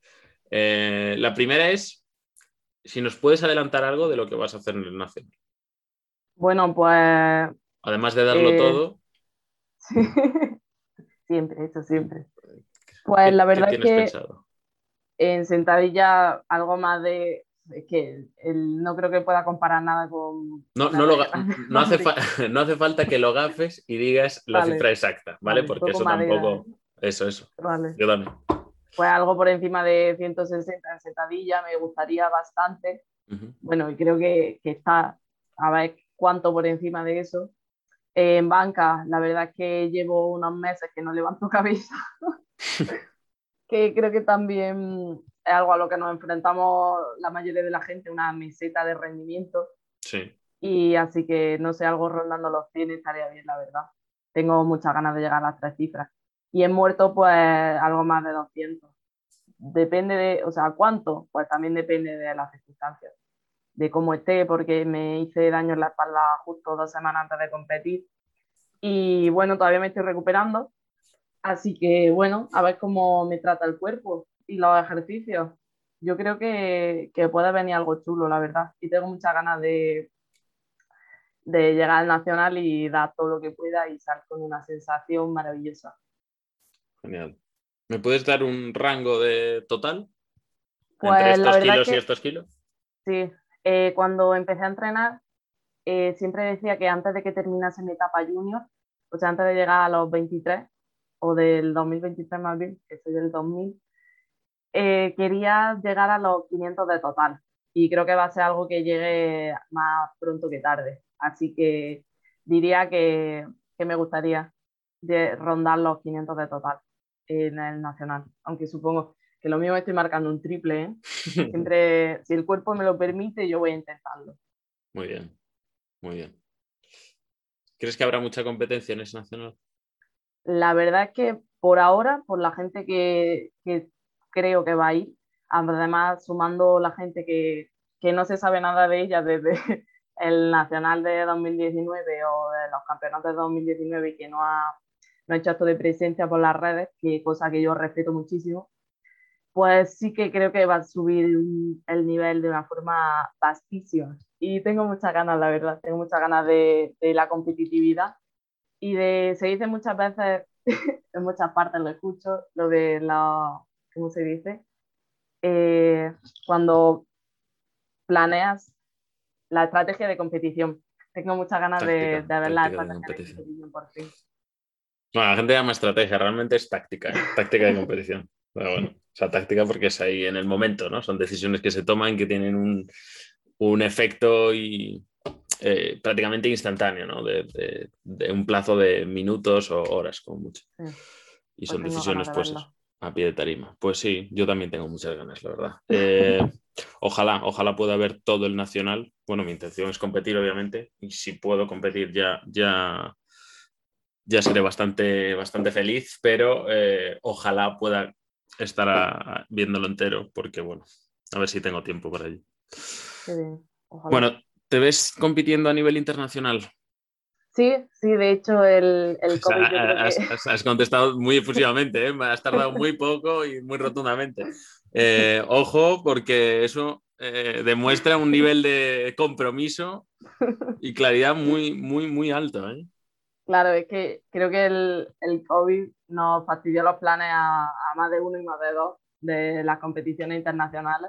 Eh, la primera es si nos puedes adelantar algo de lo que vas a hacer en el Nacional. Bueno, pues... Además de darlo eh, todo, sí. Siempre, eso siempre. Pues ¿qué, la qué verdad es tienes que pensado? en sentadilla algo más de... Es que el- no creo que pueda comparar nada con, No, con no, el lo, regional de no, hace Madrid. fa no hace falta que lo gafes y digas la Vale, cifra exacta, ¿vale? vale, Porque toco eso madera, ¿eh? tampoco. Eso, eso. Vale. Yo también. Pues algo por encima de ciento sesenta en sentadilla me gustaría bastante. Uh-huh. Bueno, y creo que, que está a ver cuánto por encima de eso. Eh, en banca, la verdad es que llevo unos meses que no levanto cabeza, que creo que también es algo a lo que nos enfrentamos la mayoría de la gente, una meseta de rendimiento. Sí. Y así que, no sé, algo rondando los cien estaría bien, la verdad. Tengo muchas ganas de llegar a las tres cifras. Y en muerto, pues algo más de doscientos. Depende de, o sea, ¿cuánto? Pues también depende de las circunstancias, de cómo esté, porque me hice daño en la espalda justo dos semanas antes de competir. Y bueno, todavía me estoy recuperando. Así que bueno, a ver cómo me trata el cuerpo y los ejercicios. Yo creo que, que puede venir algo chulo, la verdad. Y tengo muchas ganas de, de llegar al Nacional y dar todo lo que pueda y salir con una sensación maravillosa. Genial. ¿Me puedes dar un rango de total entre Pues la estos verdad kilos y que estos kilos? sí, eh, cuando empecé a entrenar eh, siempre decía que antes de que terminase mi etapa junior, o sea, antes de llegar a los veintitrés, o del dos mil veintitrés más bien, que soy del dos mil, eh, quería llegar a los quinientos de total. Y creo que va a ser algo que llegue más pronto que tarde. Así que diría que, que me gustaría de rondar los quinientos de total en el nacional. Aunque supongo que lo mismo estoy marcando un triple, ¿eh? Siempre, si el cuerpo me lo permite, yo voy a intentarlo. Muy bien, muy bien. ¿Crees que habrá mucha competencia en ese nacional? La verdad es que por ahora, por la gente que, que creo que va a ir, además sumando la gente que, que no se sabe nada de ella desde el Nacional de dos mil diecinueve o de los campeonatos de dos mil diecinueve y que no ha, no ha hecho acto de presencia por las redes, que cosa que yo respeto muchísimo, pues sí que creo que va a subir el nivel de una forma vastísima. Y tengo muchas ganas, la verdad, tengo muchas ganas de, de la competitividad y de, se dice muchas veces, en muchas partes lo escucho, lo de la, ¿cómo se dice? Eh, cuando planeas la estrategia de competición. Tengo muchas ganas de, Táctica, de ver la táctica de estrategia de competición. competición por fin. Bueno, la gente llama estrategia, realmente es táctica, ¿eh? Táctica de competición. Pero bueno, o sea, táctica porque es ahí en el momento, ¿no? Son decisiones que se toman que tienen un, un efecto y, eh, prácticamente instantáneo, ¿no? De, de, de un plazo de minutos o horas, como mucho. Sí, Y pues son tengo ganas decisiones, de pues eso, verlo. a pie de tarima. Pues sí, yo también tengo muchas ganas, la verdad. Eh, ojalá, ojalá pueda ver todo el nacional. Bueno, mi intención es competir, obviamente, y si puedo competir ya, ya, ya seré bastante, bastante feliz, pero eh, ojalá pueda estar a, a, viéndolo entero, porque bueno, a ver si tengo tiempo para ello. Qué bien, ojalá. Bueno, ¿te ves compitiendo a nivel internacional? Sí, sí, de hecho el, el Pues COVID yo creo que... has, has, has, contestado muy efusivamente, ¿eh? Me has tardado muy poco y muy rotundamente. Eh, ojo, porque eso eh, demuestra un nivel de compromiso y claridad muy, muy, muy alto, ¿eh? Claro, es que creo que el, el COVID nos fastidió los planes a, a más de uno y más de dos de las competiciones internacionales.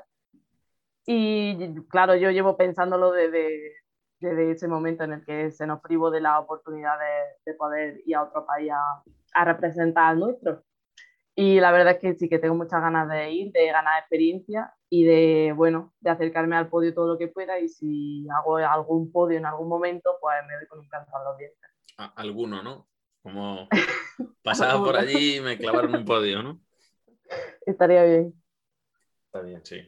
Y claro, yo llevo pensándolo desde, desde ese momento en el que se nos privó de la oportunidad de, de poder ir a otro país a, a representar al nuestro. Y la verdad es que sí que tengo muchas ganas de ir, de ganar experiencia y de, bueno, de acercarme al podio todo lo que pueda. Y si hago algún podio en algún momento, pues me doy con un canto a los dientes. A- alguno, ¿no? Como pasaba por Alguno. allí y me clavaron un podio, ¿no? Estaría bien. Está bien, sí.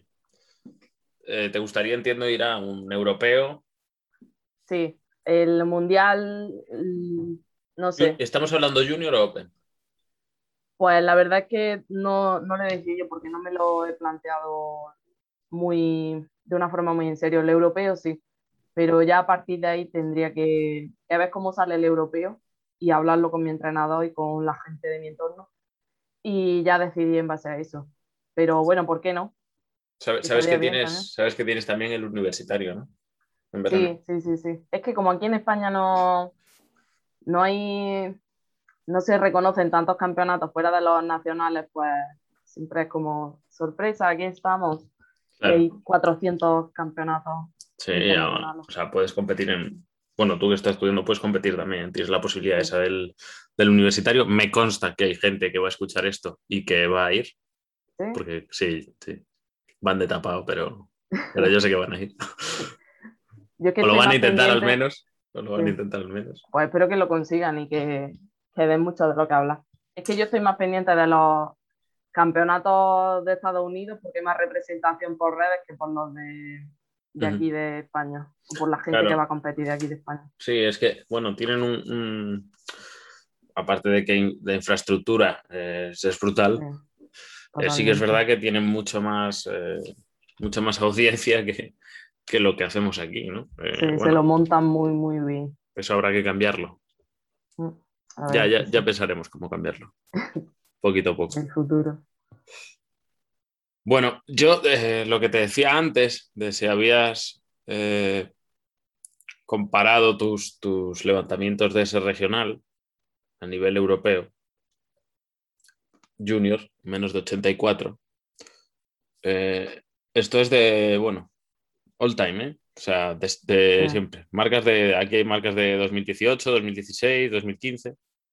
Eh, ¿te gustaría, entiendo, ir a un europeo? Sí, el mundial, no sé. ¿Estamos hablando junior o open? Pues la verdad es que no, no lo he decidido porque no me lo he planteado muy, de una forma muy en serio. El europeo sí, pero ya a partir de ahí tendría que, que ver cómo sale el europeo y hablarlo con mi entrenador y con la gente de mi entorno y ya decidí en base a eso. Pero bueno, ¿por qué no? ¿Sabes, sabes Estaría que bien también. tienes, sabes que tienes también el universitario, ¿no? En verano. Sí, sí, sí, sí. Es que como aquí en España no, no hay, no se reconocen tantos campeonatos fuera de los nacionales, pues siempre es como sorpresa, aquí estamos y Claro. hay cuatrocientos campeonatos Sí, ya, internacionales. o sea, puedes competir en. Bueno, tú que estás estudiando puedes competir también, tienes la posibilidad Sí, esa del, del universitario. Me consta que hay gente que va a escuchar esto y que va a ir, sí. porque sí, sí, van de tapado, pero, pero yo sé que van a ir. Yo es que O lo estoy van a más intentar al pendiente, menos, o lo sí. van a intentar al menos. Pues espero que lo consigan y que, que den mucho de lo que hablar. Es que yo estoy más pendiente de los campeonatos de Estados Unidos porque hay más representación por redes que por los de, de aquí Ujú. de España, o por la gente que va Claro, a competir de aquí de España. sí, es que, bueno, tienen un, un- aparte de que de infraestructura eh, es brutal, Sí, eh, sí que es totalmente. verdad que tienen mucho más, eh, mucha más audiencia que, que lo que hacemos aquí, ¿no? Eh, Sí, se lo bueno, montan muy, muy bien. eso habrá que cambiarlo. Mm, la Ya, verdad es ya, que ya sí, pensaremos cómo cambiarlo, poquito a poco. el futuro. Bueno, yo eh, lo que te decía antes, de si habías eh, comparado tus, tus levantamientos de ese regional a nivel europeo, junior, menos de ochenta y cuatro. Eh, esto es de, bueno, all time, ¿eh? O sea, desde Sí. siempre. Marcas de, aquí hay marcas de dos mil dieciocho, dos mil dieciséis, dos mil quince.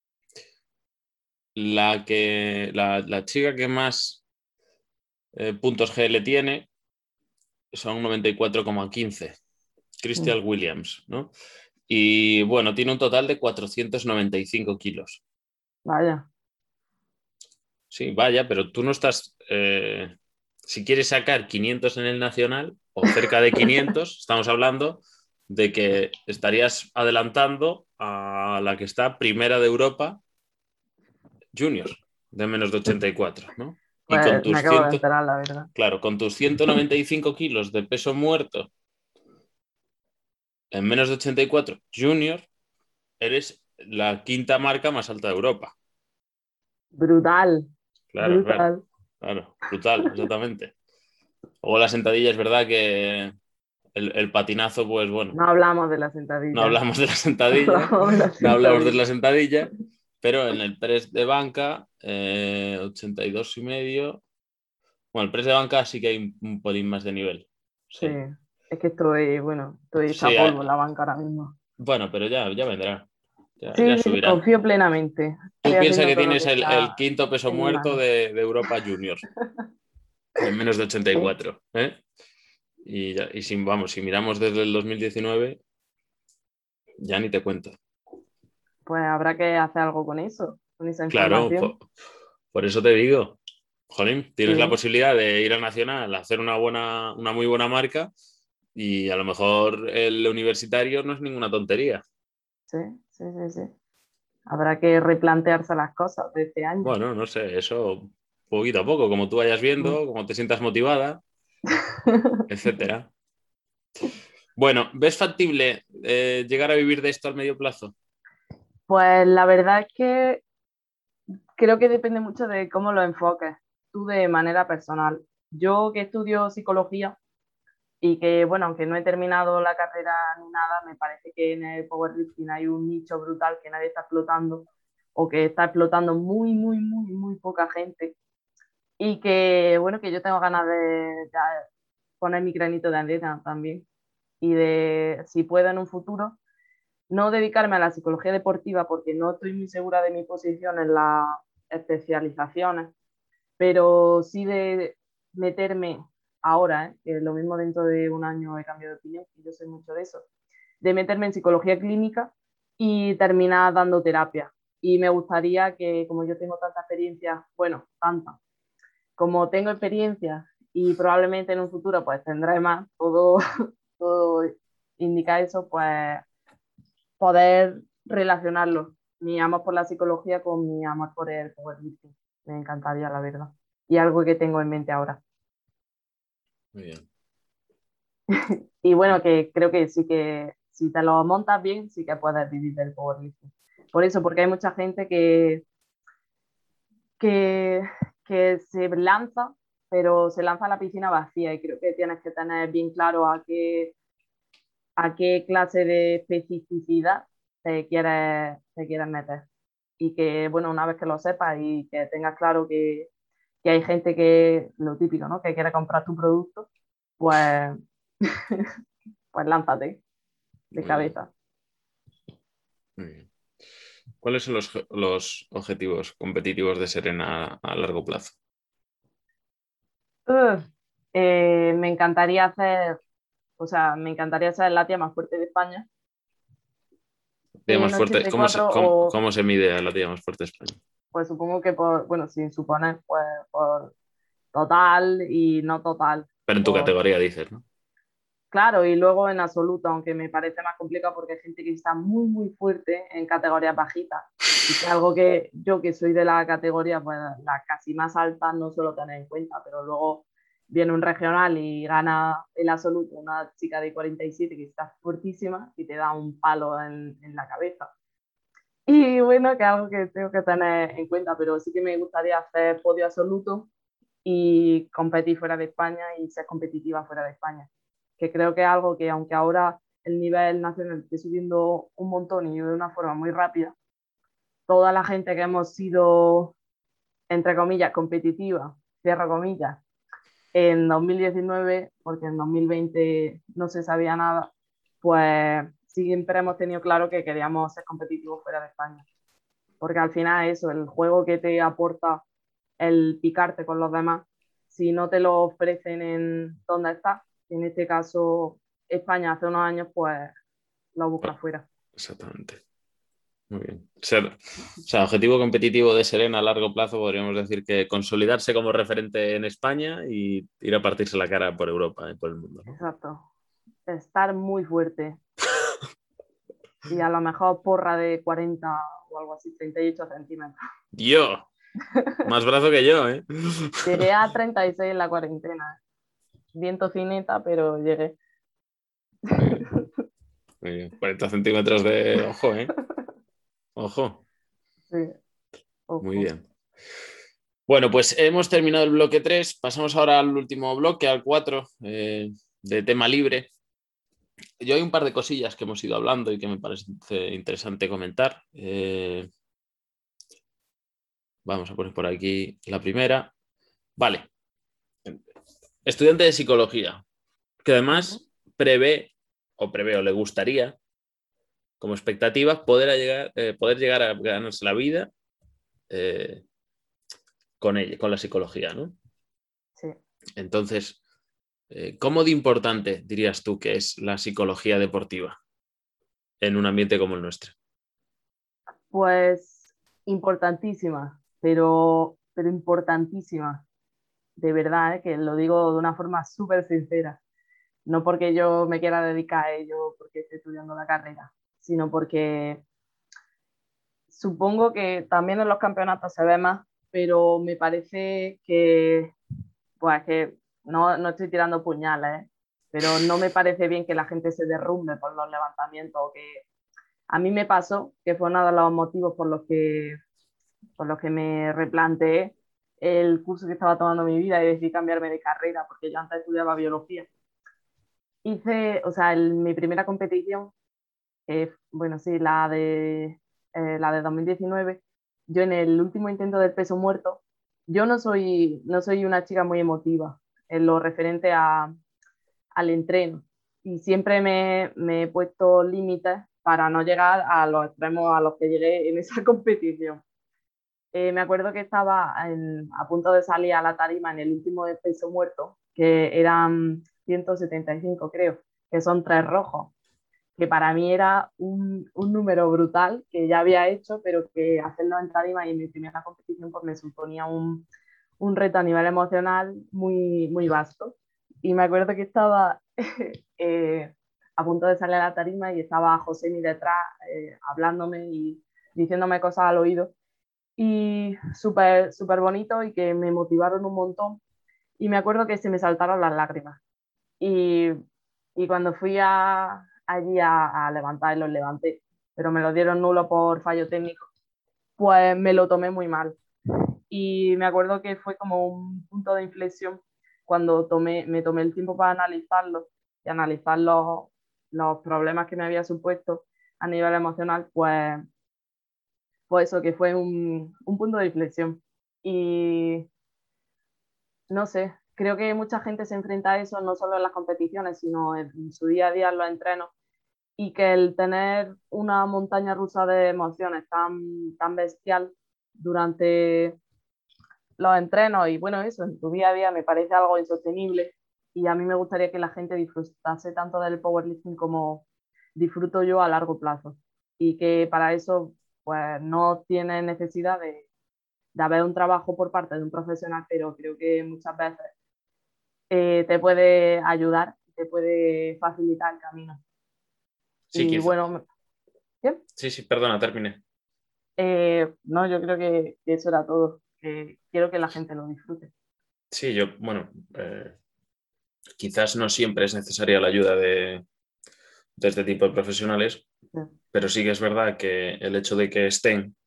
La, que, la, la chica que más eh, puntos G L tiene son noventa y cuatro coma quince. Crystal Mm. Williams, ¿no? Y bueno, tiene un total de cuatrocientos noventa y cinco kilos. Vaya. Sí, vaya, pero tú no estás... eh, si quieres sacar quinientos en el nacional o cerca de quinientos, estamos hablando de que estarías adelantando a la que está primera de Europa junior, de menos de ochenta y cuatro, ¿no? Y con Pues me tus acabo cien, de enterar, la verdad. claro, con tus ciento noventa y cinco kilos de peso muerto en menos de ochenta y cuatro junior, eres la quinta marca más alta de Europa. Brutal, Claro, claro, brutal. claro, brutal, exactamente. Luego la sentadilla es verdad que el, el patinazo, pues bueno, No hablamos de la no sentadilla. hablamos de la No sentadilla, hablamos de la no hablamos de sentadilla. la sentadilla, pero en el press de banca, eh, ochenta y dos y medio. Bueno, el press de banca sí que hay un, un pelín más de nivel. Sí, Sí, es que estoy, bueno, estoy hecha sí, polvo en eh, la banca ahora mismo. bueno, pero ya, ya vendrá, ya, ya Sí, sí, subirá. confío plenamente. Estoy Tú piensas haciendo que todo lo tienes que el, está el quinto peso en mi muerto mano. de, de Europa Junior, en menos de ochenta y Sí, cuatro, ¿eh? Y, ya, y si, vamos, si miramos desde el dos mil diecinueve, ya ni te cuento. pues habrá que hacer algo con eso, con esa Claro, por, información. por eso te digo, jolín, tienes la Sí, posibilidad de ir a Nacional, hacer una buena, una muy buena marca y a lo mejor el universitario no es ninguna tontería. sí, sí, sí, sí. Habrá que replantearse las cosas de este año. Bueno, no sé, eso poquito a poco, como tú vayas Mm. viendo, como te sientas motivada, etcétera. Bueno, ¿ves factible eh, llegar a vivir de esto al medio plazo? Pues la verdad es que creo que depende mucho de cómo lo enfoques tú de manera personal. Yo que estudio psicología y que, bueno, aunque no he terminado la carrera ni nada, me parece que en el powerlifting hay un nicho brutal que nadie está explotando o que está explotando muy, muy, muy, muy poca gente y que, bueno, que yo tengo ganas de, de poner mi granito de arena también y de, si puedo en un futuro, no dedicarme a la psicología deportiva porque no estoy muy segura de mi posición en las especializaciones, pero sí de meterme ahora, ¿eh? Que lo mismo dentro de un año he cambiado de opinión, y yo sé mucho de eso, de meterme en psicología clínica y terminar dando terapia. Y me gustaría que, como yo tengo tanta experiencia, bueno, tanta, como tengo experiencia y probablemente en un futuro pues tendré más, todo, todo indica eso, pues poder relacionarlo, mi amor por la psicología con mi amor por el powerlifting. Me encantaría, la verdad. Y algo que tengo en mente ahora. Muy bien. Y bueno, que creo que sí que si te lo montas bien, sí que puedes vivir del powerlifting. Por eso, porque hay mucha gente que, que, que se lanza, pero se lanza a la piscina vacía y creo que tienes que tener bien claro a qué, a qué clase de especificidad te quieres, te quieres meter. Y que, bueno, una vez que lo sepas y que tengas claro que, que hay gente que, lo típico, ¿no? Que quiere comprar tu producto, pues, pues lánzate de Muy bien, cabeza. muy bien. ¿Cuáles son los, los objetivos competitivos de Serena a largo plazo? Uh, eh, me encantaría hacer, o sea, me encantaría ser la tía más fuerte de España Tía en más fuerte, ochenta y ¿cómo se, cuatro cómo, o cómo se mide a la tía más fuerte de España? pues supongo que por, bueno, sin suponer, pues por total y no total. Pero en tu Por, categoría dices, ¿no? claro, y luego en absoluto, aunque me parece más complicado porque hay gente que está muy, muy fuerte en categorías bajitas. Y que algo que yo, que soy de la categoría, pues la casi más alta, no suelo tener en cuenta, pero luego viene un regional y gana el absoluto una chica de cuarenta y siete que está fuertísima y te da un palo en, en la cabeza. Y bueno, que es algo que tengo que tener en cuenta, pero sí que me gustaría hacer podio absoluto y competir fuera de España y ser competitiva fuera de España. Que creo que es algo que, aunque ahora el nivel nacional esté subiendo un montón y de una forma muy rápida, toda la gente que hemos sido, entre comillas, competitiva, cierro comillas, En dos mil diecinueve, porque en dos mil veinte no se sabía nada, pues siempre hemos tenido claro que queríamos ser competitivos fuera de España. Porque al final eso, el juego que te aporta el picarte con los demás, si no te lo ofrecen en donde estás, en este caso España hace unos años, pues lo buscas fuera. Exactamente. Muy bien. Ser, o sea, objetivo competitivo de Serena a largo plazo, podríamos decir que consolidarse como referente en España y ir a partirse la cara por Europa y por el mundo, ¿no? Exacto. Estar muy fuerte. Y a lo mejor porra de cuarenta o algo así, treinta y ocho centímetros. Yo, más brazo que yo, ¿eh? Llegué a treinta y seis en la cuarentena. Bien tocineta, pero llegué. Muy bien. Muy bien. cuarenta centímetros de ojo, ¿eh? Ojo. Sí, Muy ojo. bien. Bueno, pues hemos terminado el bloque tres. Pasamos ahora al último bloque, al cuatro, eh, de tema libre. Yo hay un par de cosillas que hemos ido hablando y que me parece interesante comentar. Eh, vamos a poner por aquí la primera. Vale. Estudiante de psicología, que además prevé o prevé o le gustaría como expectativa poder llegar, eh, poder llegar a ganarse la vida eh, con ella, con la psicología, ¿no? Sí. Entonces, eh, ¿cómo de importante dirías tú que es la psicología deportiva en un ambiente como el nuestro? Pues importantísima, pero, pero importantísima. De verdad, ¿eh? Que lo digo de una forma súper sincera. No porque yo me quiera dedicar a ello, porque estoy estudiando la carrera, sino porque supongo que también en los campeonatos se ve más, pero me parece que, pues que no, no estoy tirando puñales, ¿eh? Pero no me parece bien que la gente se derrumbe por los levantamientos. O que a mí me pasó, que fue uno de los motivos por los que, por los que me replanteé el curso que estaba tomando en mi vida y decidí cambiarme de carrera, porque yo antes estudiaba biología. Hice, o sea, el, mi primera competición, eh, bueno, sí, la de, eh, la de dos mil diecinueve, yo en el último intento del peso muerto, yo no soy, no soy una chica muy emotiva en lo referente a, al entreno y siempre me, me he puesto límites para no llegar a los extremos a los que llegué en esa competición. Eh, me acuerdo que estaba en, a punto de salir a la tarima en el último de peso muerto, que eran ciento setenta y cinco creo, que son tres rojos, que para mí era un, un número brutal que ya había hecho, pero que hacerlo en tarima y en mi primera competición pues me suponía un, un reto a nivel emocional muy, muy vasto. Y me acuerdo que estaba eh, a punto de salir a la tarima y estaba José mi detrás eh, hablándome y diciéndome cosas al oído. Y súper súper bonito y que me motivaron un montón. Y me acuerdo que se me saltaron las lágrimas. Y, y cuando fui a, allí a, a levantar, los levanté, pero me lo dieron nulo por fallo técnico, pues me lo tomé muy mal. Y me acuerdo que fue como un punto de inflexión cuando tomé, me tomé el tiempo para analizarlo y analizar los, los problemas que me había supuesto a nivel emocional, pues, pues eso, que fue un, un punto de inflexión. Y no sé, creo que mucha gente se enfrenta a eso no solo en las competiciones, sino en su día a día en los entrenos, y que el tener una montaña rusa de emociones tan, tan bestial durante los entrenos y bueno, eso, en tu día a día me parece algo insostenible y a mí me gustaría que la gente disfrutase tanto del powerlifting como disfruto yo a largo plazo y que para eso pues no tiene necesidad de, de haber un trabajo por parte de un profesional, pero creo que muchas veces eh, te puede ayudar, te puede facilitar el camino. Sí, Y quizá. bueno, ¿qué? Sí, sí, perdona, terminé. Eh, no, yo creo que eso era todo. Que quiero que la gente lo disfrute. Sí, yo, bueno, eh, quizás no siempre es necesaria la ayuda de, de este tipo de profesionales, Sí, pero sí que es verdad que el hecho de que estén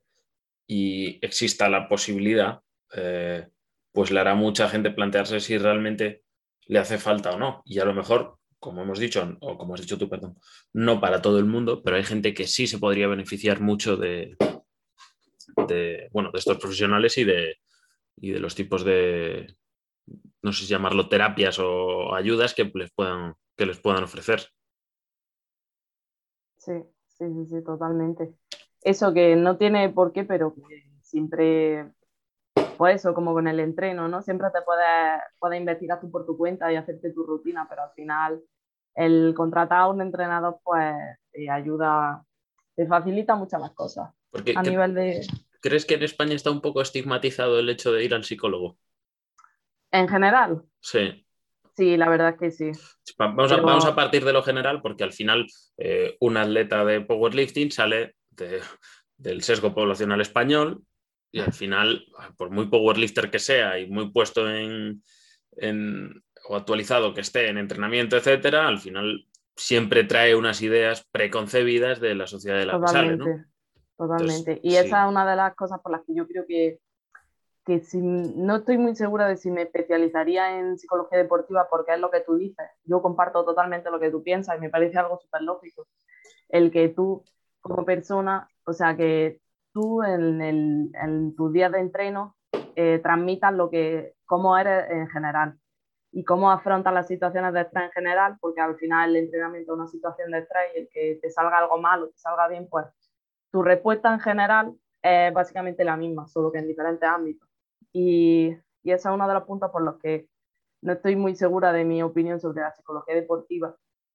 y exista la posibilidad, eh, pues le hará a mucha gente plantearse si realmente le hace falta o no. Y a lo mejor, como hemos dicho, o como has dicho tú, perdón, no para todo el mundo, pero hay gente que sí se podría beneficiar mucho de, de, bueno, de estos profesionales y de, y de los tipos de, no sé si llamarlo terapias o ayudas que les puedan, que les puedan ofrecer. Sí, sí, sí, sí, totalmente. Eso que no tiene por qué, pero que siempre, pues eso, como con el entreno, ¿no? Siempre te puedes, puedes investigar tú por tu cuenta y hacerte tu rutina, pero al final el contratar a un entrenador, pues te ayuda, te facilita muchas las cosas Porque, a ¿qué- nivel de, ¿crees que en España está un poco estigmatizado el hecho de ir al psicólogo? en general, Sí. sí, la verdad es que sí, Vamos a, vamos a pero partir de lo general porque al final eh, un atleta de powerlifting sale de, del sesgo poblacional español y al final, por muy powerlifter que sea y muy puesto en, en o actualizado que esté en entrenamiento, etcétera, al final siempre trae unas ideas preconcebidas de la sociedad de la que sale, ¿no? totalmente, Entonces, totalmente. Y esa es sí. una de las cosas por las que yo creo que que si, no estoy muy segura de si me especializaría en psicología deportiva porque es lo que tú dices. Yo comparto totalmente lo que tú piensas y me parece algo súper lógico. El que tú, como persona, o sea, que tú en, el, en tus días de entreno eh, transmitas lo que, cómo eres en general y cómo afrontas las situaciones de estrés en general, porque al final el entrenamiento es una situación de estrés y el que te salga algo mal o te salga bien, pues tu respuesta en general es básicamente la misma, solo que en diferentes ámbitos. Y, y ese es uno de los puntos por los que no estoy muy segura de mi opinión sobre la psicología deportiva.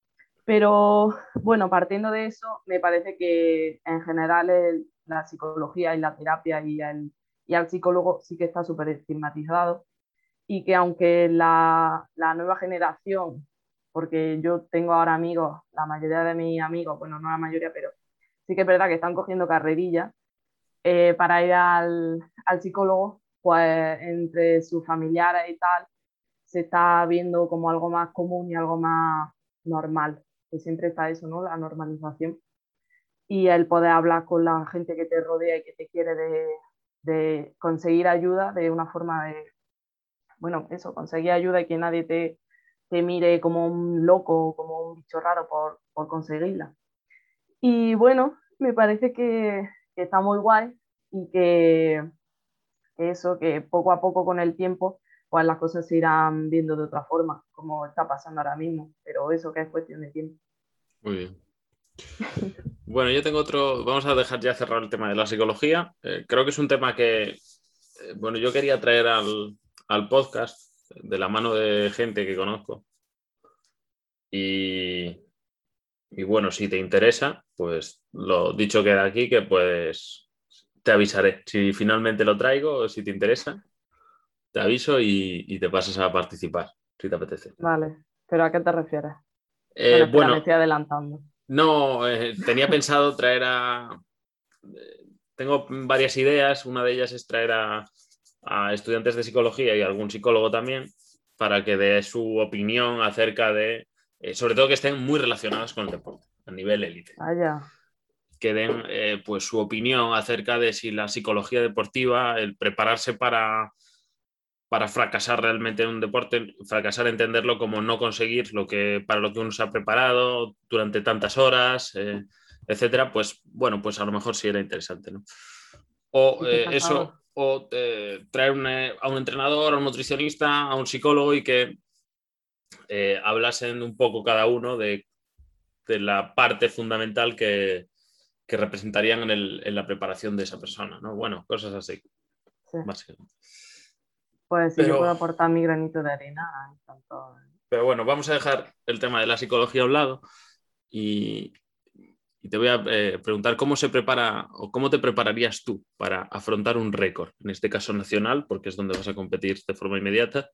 Pero bueno, partiendo de eso, me parece que en general el, la psicología y la terapia y el, y el psicólogo sí que está súper estigmatizado y que aunque la, la nueva generación, porque yo tengo ahora amigos, la mayoría de mis amigos, bueno, no la mayoría, pero sí que es verdad que están cogiendo carrerillas eh, para ir al, al psicólogo, pues entre sus familiares y tal, se está viendo como algo más común y algo más normal, que siempre está eso, ¿no? La normalización. Y el poder hablar con la gente que te rodea y que te quiere de, de conseguir ayuda de una forma de, bueno, eso, conseguir ayuda y que nadie te, te mire como un loco o como un bicho raro por, por conseguirla. Y bueno, me parece que, que está muy guay y que, que eso, que poco a poco con el tiempo, pues las cosas se irán viendo de otra forma, como está pasando ahora mismo, pero eso que es cuestión de tiempo. Muy bien. Bueno, yo tengo otro, vamos a dejar ya cerrado el tema de la psicología. Eh, creo que es un tema que, eh, bueno, yo quería traer al, al podcast de la mano de gente que conozco. Y, y bueno, si te interesa, pues lo dicho queda aquí, que pues te avisaré. Si finalmente lo traigo o si te interesa, te aviso y, y te pasas a participar, si te apetece. Vale, pero ¿a qué te refieres? Bueno, Eh, espera, me bueno, estoy adelantando. no, eh, tenía pensado traer a... eh, tengo varias ideas, una de ellas es traer a, a estudiantes de psicología y algún psicólogo también para que dé su opinión acerca de, eh, sobre todo que estén muy relacionados con el deporte, a nivel élite. Vaya, Que den eh, pues su opinión acerca de si la psicología deportiva, el prepararse para, para fracasar realmente en un deporte, fracasar entenderlo como no conseguir lo que, para lo que uno se ha preparado durante tantas horas, eh, etcétera, pues bueno, pues a lo mejor sí era interesante, ¿no? O ¿y qué eh, pasaba? eso, o eh, traer un, eh, a un entrenador, a un nutricionista, a un psicólogo y que eh, hablasen un poco cada uno de, de la parte fundamental que, que representarían en, el, en, la preparación de esa persona, ¿no? Bueno, cosas así, Sí. básicamente. Pues si yo puedo Pero, aportar mi granito de arena, en tanto... pero bueno, vamos a dejar el tema de la psicología a un lado y, y te voy a eh, preguntar cómo se prepara o cómo te prepararías tú para afrontar un récord, en este caso nacional, porque es donde vas a competir de forma inmediata.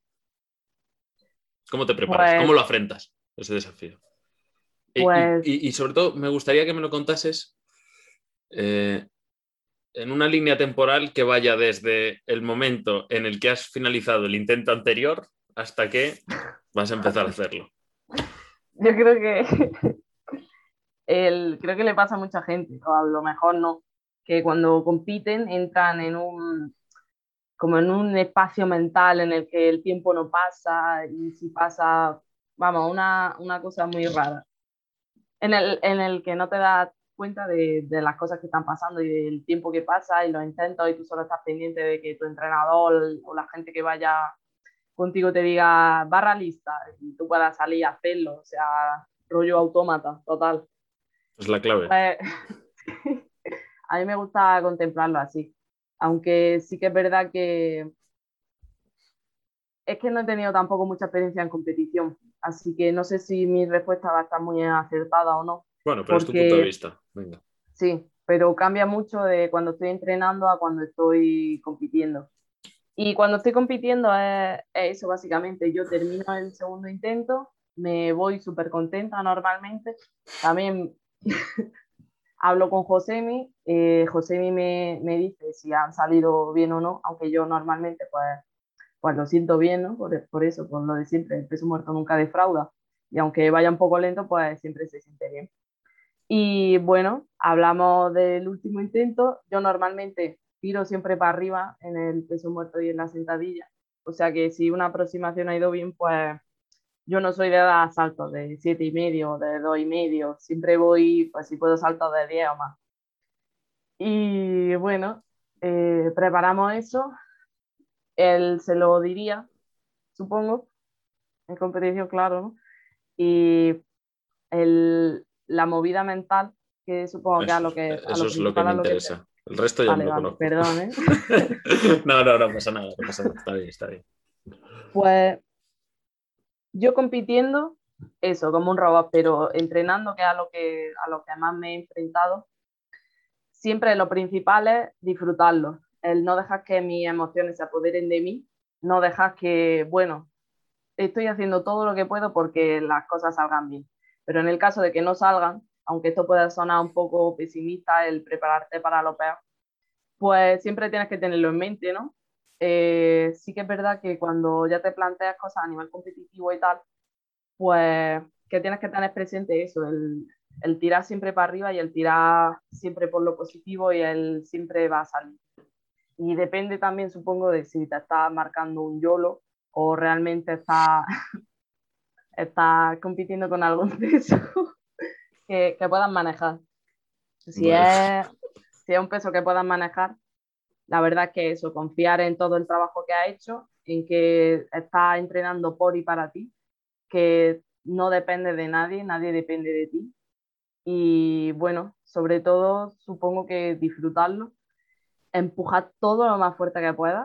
¿Cómo te preparas? ¿Cómo Pues, lo afrentas ese desafío? Y, y, pues, y sobre todo, me gustaría que me lo contases eh, en una línea temporal que vaya desde el momento en el que has finalizado el intento anterior hasta que vas a empezar a hacerlo. yo creo que el, creo que le pasa a mucha gente, o a lo mejor no, que cuando compiten entran en un, como en un espacio mental en el que el tiempo no pasa y si pasa, vamos, una, una cosa muy rara, en el, en el que no te das cuenta de, de las cosas que están pasando y del tiempo que pasa y los intentos y tú solo estás pendiente de que tu entrenador o la gente que vaya contigo te diga barra lista y tú puedas salir a hacerlo, o sea, rollo autómata, total. Es la clave. Pues, a mí me gusta contemplarlo así, aunque sí que es verdad que es que no he tenido tampoco mucha experiencia en competición, así que no sé si mi respuesta va a estar muy acertada o no. Bueno, pero porque, es tu punto de vista. Venga. Sí, pero cambia mucho de cuando estoy entrenando a cuando estoy compitiendo. Y cuando estoy compitiendo es, es eso básicamente, yo termino el segundo intento, me voy súper contenta normalmente, también hablo con Josemi, eh, Josemi me, me dice si han salido bien o no, aunque yo normalmente pues, pues lo siento bien, ¿no? Por, por eso, por lo de siempre, el peso muerto nunca defrauda, y aunque vaya un poco lento, pues siempre se siente bien. Y bueno, hablamos del último intento. Yo normalmente tiro siempre para arriba en el peso muerto y en la sentadilla. O sea que si una aproximación ha ido bien, pues yo no soy de dar saltos de siete y medio, de dos y medio. Siempre voy, pues si puedo, saltos de diez o más. Y bueno, eh, preparamos eso. Él se lo diría, supongo, en competición, claro, ¿no? Y el, la movida mental, que supongo que a Eso, lo, que, a eso lo es lo que principal me a lo que... interesa. El resto ya me Vale, lo vale, conozco. perdón, ¿eh? No, no, no pasa nada, no pasa nada. Está bien, está bien. Pues yo compitiendo, eso, como un robot, pero entrenando, que es a lo que, a lo que más me he enfrentado, siempre lo principal es disfrutarlo, el no dejar que mis emociones se apoderen de mí, no dejar que, bueno, estoy haciendo todo lo que puedo porque las cosas salgan bien, pero en el caso de que no salgan, aunque esto pueda sonar un poco pesimista, el prepararte para lo peor, pues siempre tienes que tenerlo en mente, ¿no? Eh, sí que es verdad que cuando ya te planteas cosas a nivel competitivo y tal, pues que tienes que tener presente eso, el, el tirar siempre para arriba y el tirar siempre por lo positivo y el siempre va a salir. Y depende también, supongo, de si te estás marcando un YOLO o realmente estás, estás compitiendo con algún peso que, que puedas manejar. Si Bueno. es, si es un peso que puedas manejar, la verdad es que eso, confiar en todo el trabajo que has hecho, en que estás entrenando por y para ti, que no depende de nadie, nadie depende de ti. Y bueno, sobre todo supongo que disfrutarlo, empujar todo lo más fuerte que puedas,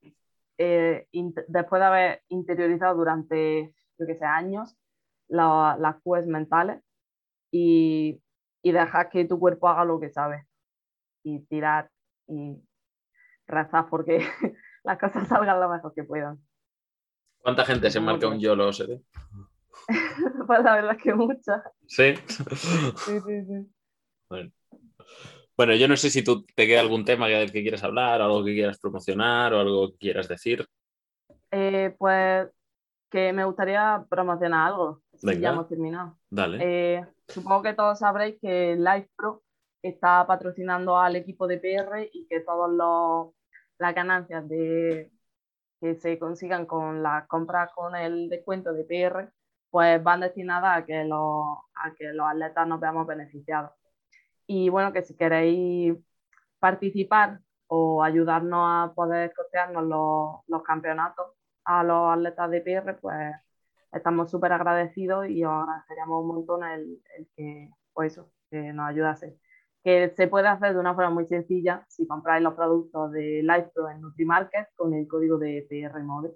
eh, después de haber interiorizado durante, yo que sé, años la, las Q Es mentales y, y dejar que tu cuerpo haga lo que sabe y tirar y rezar porque las cosas salgan lo mejor que puedan. ¿Cuánta gente se Supongo marca que un YOLO, Sede? pues la verdad es que muchas. Sí. Sí, sí, sí. Bueno. Bueno, yo no sé si tú te queda algún tema del que quieras hablar, algo que quieras promocionar o algo que quieras decir. Eh, pues que me gustaría promocionar algo, si ya Venga, hemos terminado. dale. Eh, supongo que todos sabréis que Live Pro está patrocinando al equipo de P R y que todas las ganancias de, que se consigan con las compras con el descuento de P R, pues van destinadas a que los, a que los atletas nos veamos beneficiados. Y bueno, que si queréis participar o ayudarnos a poder costearnos los, los campeonatos a los atletas de P R, pues estamos súper agradecidos y os agradeceríamos un montón el, el que, pues eso, que nos ayudase. Que se puede hacer de una forma muy sencilla si compráis los productos de LivePro en NutriMarket con el código de P R Mode.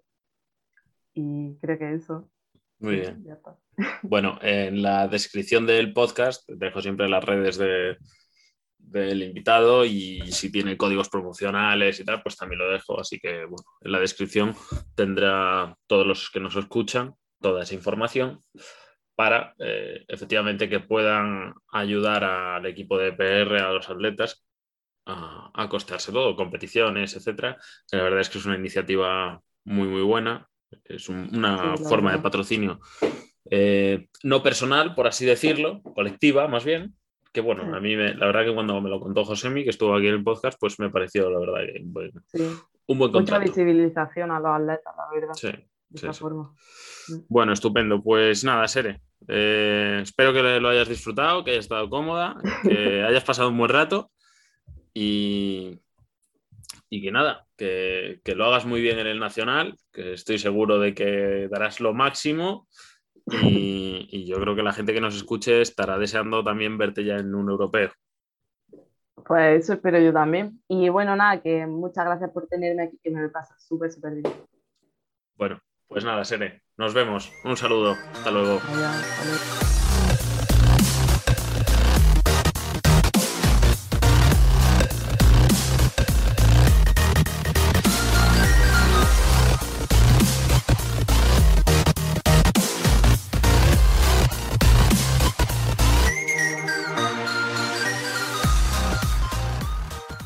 Y creo que eso, Muy sí, bien. ya está. Bueno, en la descripción del podcast dejo siempre las redes de, del invitado y si tiene códigos promocionales y tal, pues también lo dejo. Así que, bueno, en la descripción tendrá todos los que nos escuchan toda esa información para eh, efectivamente que puedan ayudar al equipo de P R, a los atletas, a, a costearse todo, competiciones, etcétera. La verdad es que es una iniciativa muy, muy buena. Es un, una Sí, la forma de verdad. patrocinio eh, no personal, por así decirlo, colectiva más bien, que Sí, bueno, a mí me, la verdad que cuando me lo contó Josemi, que estuvo aquí en el podcast, pues me pareció la verdad que bueno, sí. un buen Mucha contrato. visibilización a los atletas, la verdad, Sí, de sí, esa sí. forma. Bueno, estupendo. Pues nada, Sere. Eh, espero que lo hayas disfrutado, que hayas estado cómoda, que hayas pasado un buen rato y, y que nada, que, que lo hagas muy bien en el Nacional, que estoy seguro de que darás lo máximo y, y yo creo que la gente que nos escuche estará deseando también verte ya en un europeo. Pues eso espero yo también. Y bueno, nada, que muchas gracias por tenerme aquí, que me lo pasa súper, súper bien. Bueno, pues nada, Sere, nos vemos. Un saludo. Hasta luego. Adiós, adiós.